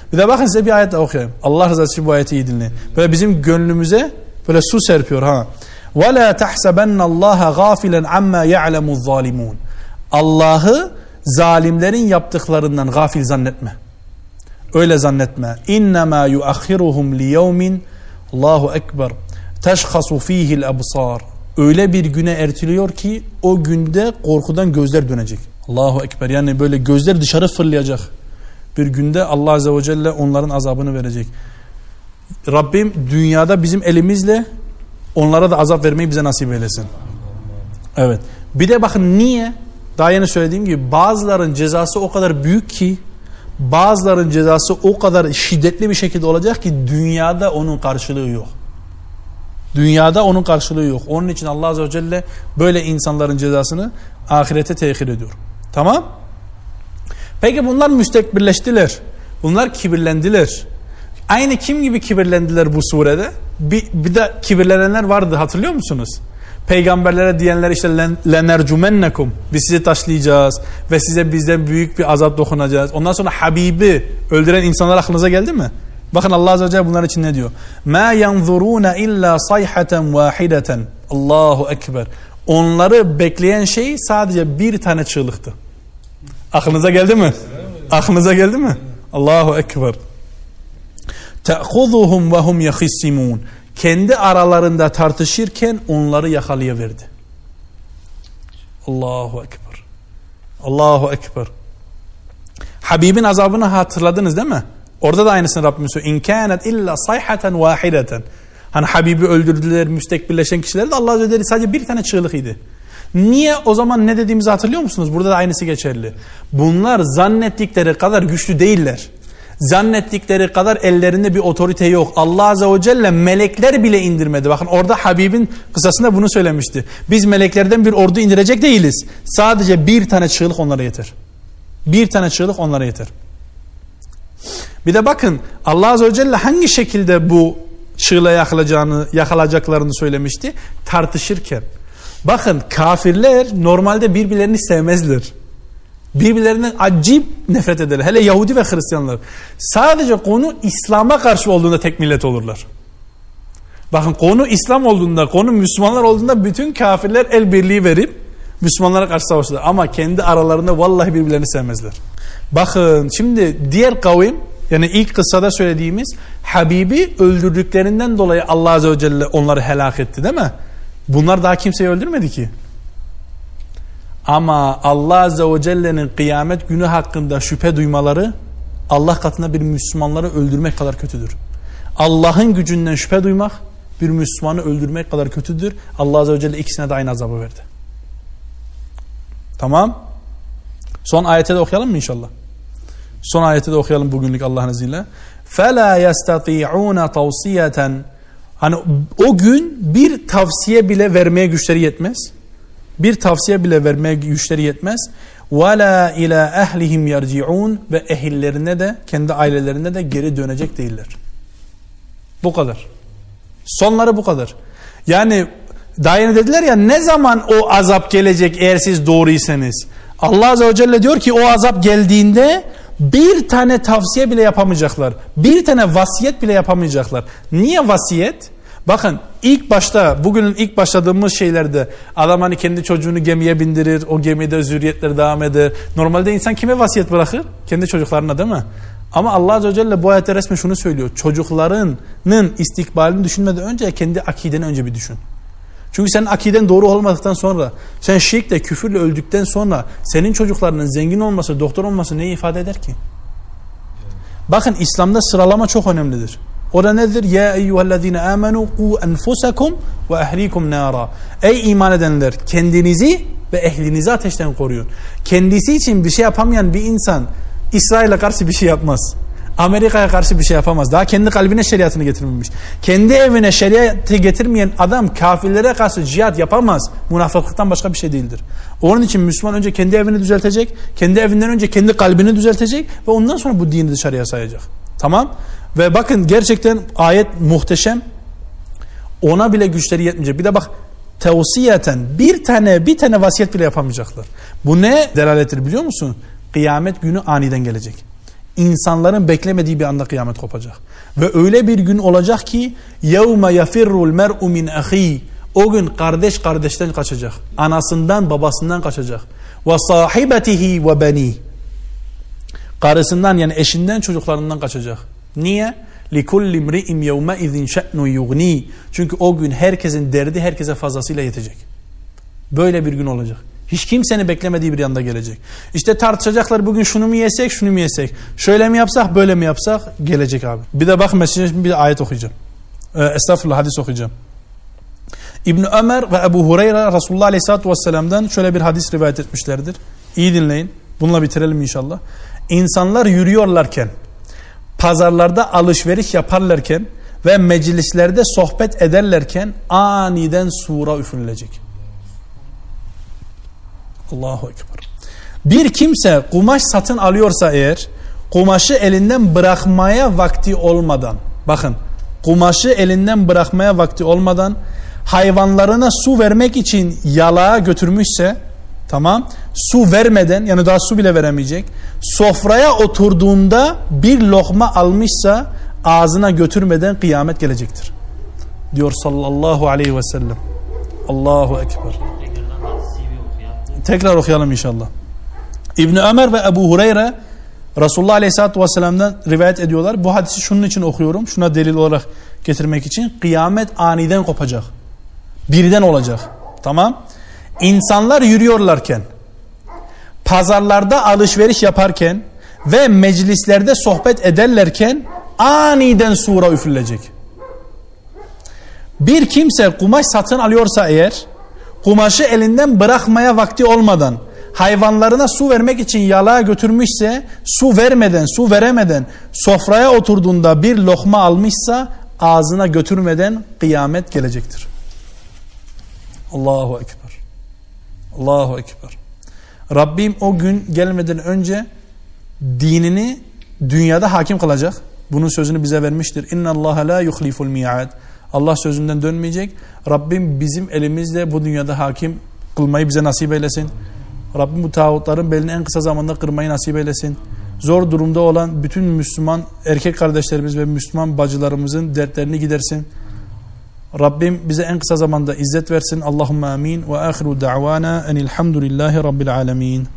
Bir de bakın size bir ayet daha okuyayım. Allah rızası için bu ayeti iyi dinleyin. Böyle bizim gönlümüze böyle su serpiyor ha. وَلَا تَحْسَبَنَّ اللّٰهَ غَافِلًا عَمَّا يَعْلَمُ الظَّالِمُونَ. Allah'ı zalimlerin yaptıklarından gafil zannetme. Öyle zannetme. İnnemâ yuakhiruhum liyevmin Allahu ekber teşhasu fîhil absar. Öyle bir güne ertiliyor ki o günde korkudan gözler dönecek. Allahu ekber. Yani böyle gözler dışarı fırlayacak. Bir günde Allah azze ve celle onların azabını verecek. Rabbim dünyada bizim elimizle onlara da azap vermeyi bize nasip eylesin. Evet. Bir de bakın niye? Daha yeni söylediğim gibi bazıların cezası o kadar büyük ki, bazıların cezası o kadar şiddetli bir şekilde olacak ki dünyada onun karşılığı yok. Dünyada onun karşılığı yok. Onun için Allah azze ve celle böyle insanların cezasını ahirete tehir ediyor. Tamam? Peki bunlar müstekbirleştiler. Bunlar kibirlendiler. Aynı kim gibi kibirlendiler bu surede? Bir, bir de kibirlenenler vardı, hatırlıyor musunuz? Peygamberlere diyenler işte lenercumennekum, biz sizi taşlayacağız ve size bizden büyük bir azap dokunacağız. Ondan sonra Habib'i öldüren insanlar aklınıza geldi mi? Bakın Allah azze ve celle bunlar için ne diyor? Ma yanzuruna illa sayhaten vahideten. Allahu ekber. Onları bekleyen şey sadece bir tane çığlıktı. Aklınıza geldi mi? Aklınıza geldi mi? Allahu ekber. Ta'khuzuhum ve hum yahissimun. Kendi aralarında tartışırken onları yakalayıverdi. Allahu ekber. Allahu ekber. Habib'in azabını hatırladınız değil mi? Orada da aynısını Rabbimiz söylüyor. İn kânet illa sayhaten vahideten. Hani Habib'i öldürdüler, müstekbirleşen kişiler de Allah azze ve celle sadece bir tane çığlık idi. Niye? O zaman ne dediğimizi hatırlıyor musunuz? Burada da aynısı geçerli. Bunlar zannettikleri kadar güçlü değiller. Zannettikleri kadar ellerinde bir otorite yok. Allah azze ve celle melekler bile indirmedi. Bakın orada Habib'in kıssasında bunu söylemişti. Biz meleklerden bir ordu indirecek değiliz. Sadece bir tane çığlık onlara yeter. Bir tane çığlık onlara yeter. Bir de bakın Allah azze ve celle hangi şekilde bu çığlığa yakalayacağını, yakalayacaklarını söylemişti? Tartışırken. Bakın kafirler normalde birbirlerini sevmezler. Birbirlerinden acayip nefret ederler. Hele Yahudi ve Hristiyanlar. Sadece konu İslam'a karşı olduğunda tek millet olurlar. Bakın konu İslam olduğunda, konu Müslümanlar olduğunda bütün kafirler el birliği verip Müslümanlara karşı savaşırlar. Ama kendi aralarında vallahi birbirlerini sevmezler. Bakın şimdi diğer kavim, yani ilk kıssada söylediğimiz Habib'i öldürdüklerinden dolayı Allah azze ve celle onları helak etti değil mi? Bunlar daha kimseyi öldürmedi ki. Ama Allah azze ve celle'nin kıyamet günü hakkında şüphe duymaları Allah katında bir Müslümanları öldürmek kadar kötüdür. Allah'ın gücünden şüphe duymak bir Müslümanı öldürmek kadar kötüdür. Allah azze ve celle ikisine de aynı azabı verdi. Tamam. Son ayeti de okuyalım mı inşallah? Son ayeti de okuyalım bugünlük Allah'ın izniyle. فَلَا يَسْتَطِيعُونَ تَوْسِيَةً. Hani o gün bir tavsiye bile vermeye güçleri yetmez. Bir tavsiye bile vermeye güçleri yetmez. وَلَا اِلَى اَهْلِهِمْ يَرْجِعُونَ. Ve ehillerine de, kendi ailelerine de geri dönecek değiller. Bu kadar. Sonları bu kadar. Yani daha yeni dediler ya, ne zaman o azap gelecek eğer siz doğruysanız? Allah azze ve celle diyor ki o azap geldiğinde bir tane tavsiye bile yapamayacaklar. Bir tane vasiyet bile yapamayacaklar. Niye vasiyet? Bakın ilk başta, bugünün ilk başladığımız şeylerde adam hani kendi çocuğunu gemiye bindirir, o gemide zürriyetler devam eder. Normalde insan kime vasiyet bırakır? Kendi çocuklarına değil mi? Ama Allah azze ve celle bu ayette resmen şunu söylüyor. Çocuklarının istikbalini düşünmeden önce kendi akideni önce bir düşün. Çünkü senin akiden doğru olmadıktan sonra, sen şirkle, küfürle öldükten sonra senin çocuklarının zengin olması, doktor olması neyi ifade eder ki? Bakın İslam'da sıralama çok önemlidir. O da nedir? Ya eyyühellezine amenu qu enfusakum ve ehlikum nara. Ey iman edenler, kendinizi ve ehlinizi ateşten koruyun. Kendisi için bir şey yapamayan bir insan İsrail'e karşı bir şey yapmaz. Amerika'ya karşı bir şey yapamaz. Daha kendi kalbine şeriatını getirmemiş. Kendi evine şeriatı getirmeyen adam kafirlere karşı cihat yapamaz. Münafıklıktan başka bir şey değildir. Onun için Müslüman önce kendi evini düzeltecek. Kendi evinden önce kendi kalbini düzeltecek. Ve ondan sonra bu dini dışarıya sayacak. Tamam. Ve bakın gerçekten ayet muhteşem. Ona bile güçleri yetmeyecek. Bir de bak, tevsiyeten bir tane bir tane vasiyet bile yapamayacaklar. Bu ne delalettir biliyor musun? Kıyamet günü aniden gelecek. İnsanların beklemediği bir anda kıyamet kopacak. Ve öyle bir gün olacak ki يَوْمَ يَفِرُّ الْمَرْءُ مِنْ أَخِيهِ O gün kardeş kardeşten kaçacak. Anasından babasından kaçacak. وَصَاحِبَتِهِ وَبَنِيهِ Karısından yani eşinden çocuklarından kaçacak. Niye? لِكُلِّ مْرِئِمْ يَوْمَئِذٍ شَأْنُ يُغْنِي Çünkü o gün herkesin derdi herkese fazlasıyla yetecek. Böyle bir gün olacak. Hiç kimsenin beklemediği bir yanda gelecek. İşte tartışacaklar bugün şunu mu yesek şunu mu yesek. Şöyle mi yapsak böyle mi yapsak gelecek abi. Bir de bak mesela bir ayet okuyacağım. Ee, estağfurullah hadis okuyacağım. İbn Ömer ve Ebu Hureyre Resulullah Aleyhisselatü Vesselam'dan şöyle bir hadis rivayet etmişlerdir. İyi dinleyin. Bununla bitirelim inşallah. İnsanlar yürüyorlarken, pazarlarda alışveriş yaparlarken ve meclislerde sohbet ederlerken aniden sura üfürülecek. Allahu Ekber. Bir kimse kumaş satın alıyorsa eğer, kumaşı elinden bırakmaya vakti olmadan, bakın, kumaşı elinden bırakmaya vakti olmadan hayvanlarına su vermek için yalağa götürmüşse, tamam, su vermeden, yani daha su bile veremeyecek, sofraya oturduğunda bir lokma almışsa ağzına götürmeden kıyamet gelecektir. Diyor sallallahu aleyhi ve sellem. Allahu Ekber. Tekrar okuyalım inşallah. İbn Ömer ve Ebu Hureyre Resulullah Aleyhisselatü Vesselam'dan rivayet ediyorlar. Bu hadisi şunun için okuyorum. Şuna delil olarak getirmek için. Kıyamet aniden kopacak. Birden olacak. Tamam. İnsanlar yürüyorlarken, pazarlarda alışveriş yaparken ve meclislerde sohbet ederlerken aniden sura üfürülecek. Bir kimse kumaş satın alıyorsa eğer, kumaşı elinden bırakmaya vakti olmadan hayvanlarına su vermek için yalağa götürmüşse, su vermeden, su veremeden sofraya oturduğunda bir lokma almışsa ağzına götürmeden kıyamet gelecektir. Allahu Ekber. Allahu Ekber. Rabbim o gün gelmeden önce dinini dünyada hakim kılacak. Bunun sözünü bize vermiştir. İnna Allah la yuhliful mi'ad. Allah sözünden dönmeyecek. Rabbim bizim elimizle bu dünyada hakim kılmayı bize nasip eylesin. Rabbim bu tağutların belini en kısa zamanda kırmayı nasip eylesin. Zor durumda olan bütün Müslüman erkek kardeşlerimiz ve Müslüman bacılarımızın dertlerini gidersin. Rabbim bize en kısa zamanda izzet versin. Allahümme amin. Ve ahiru da'vana enilhamdülillahi rabbil alemin.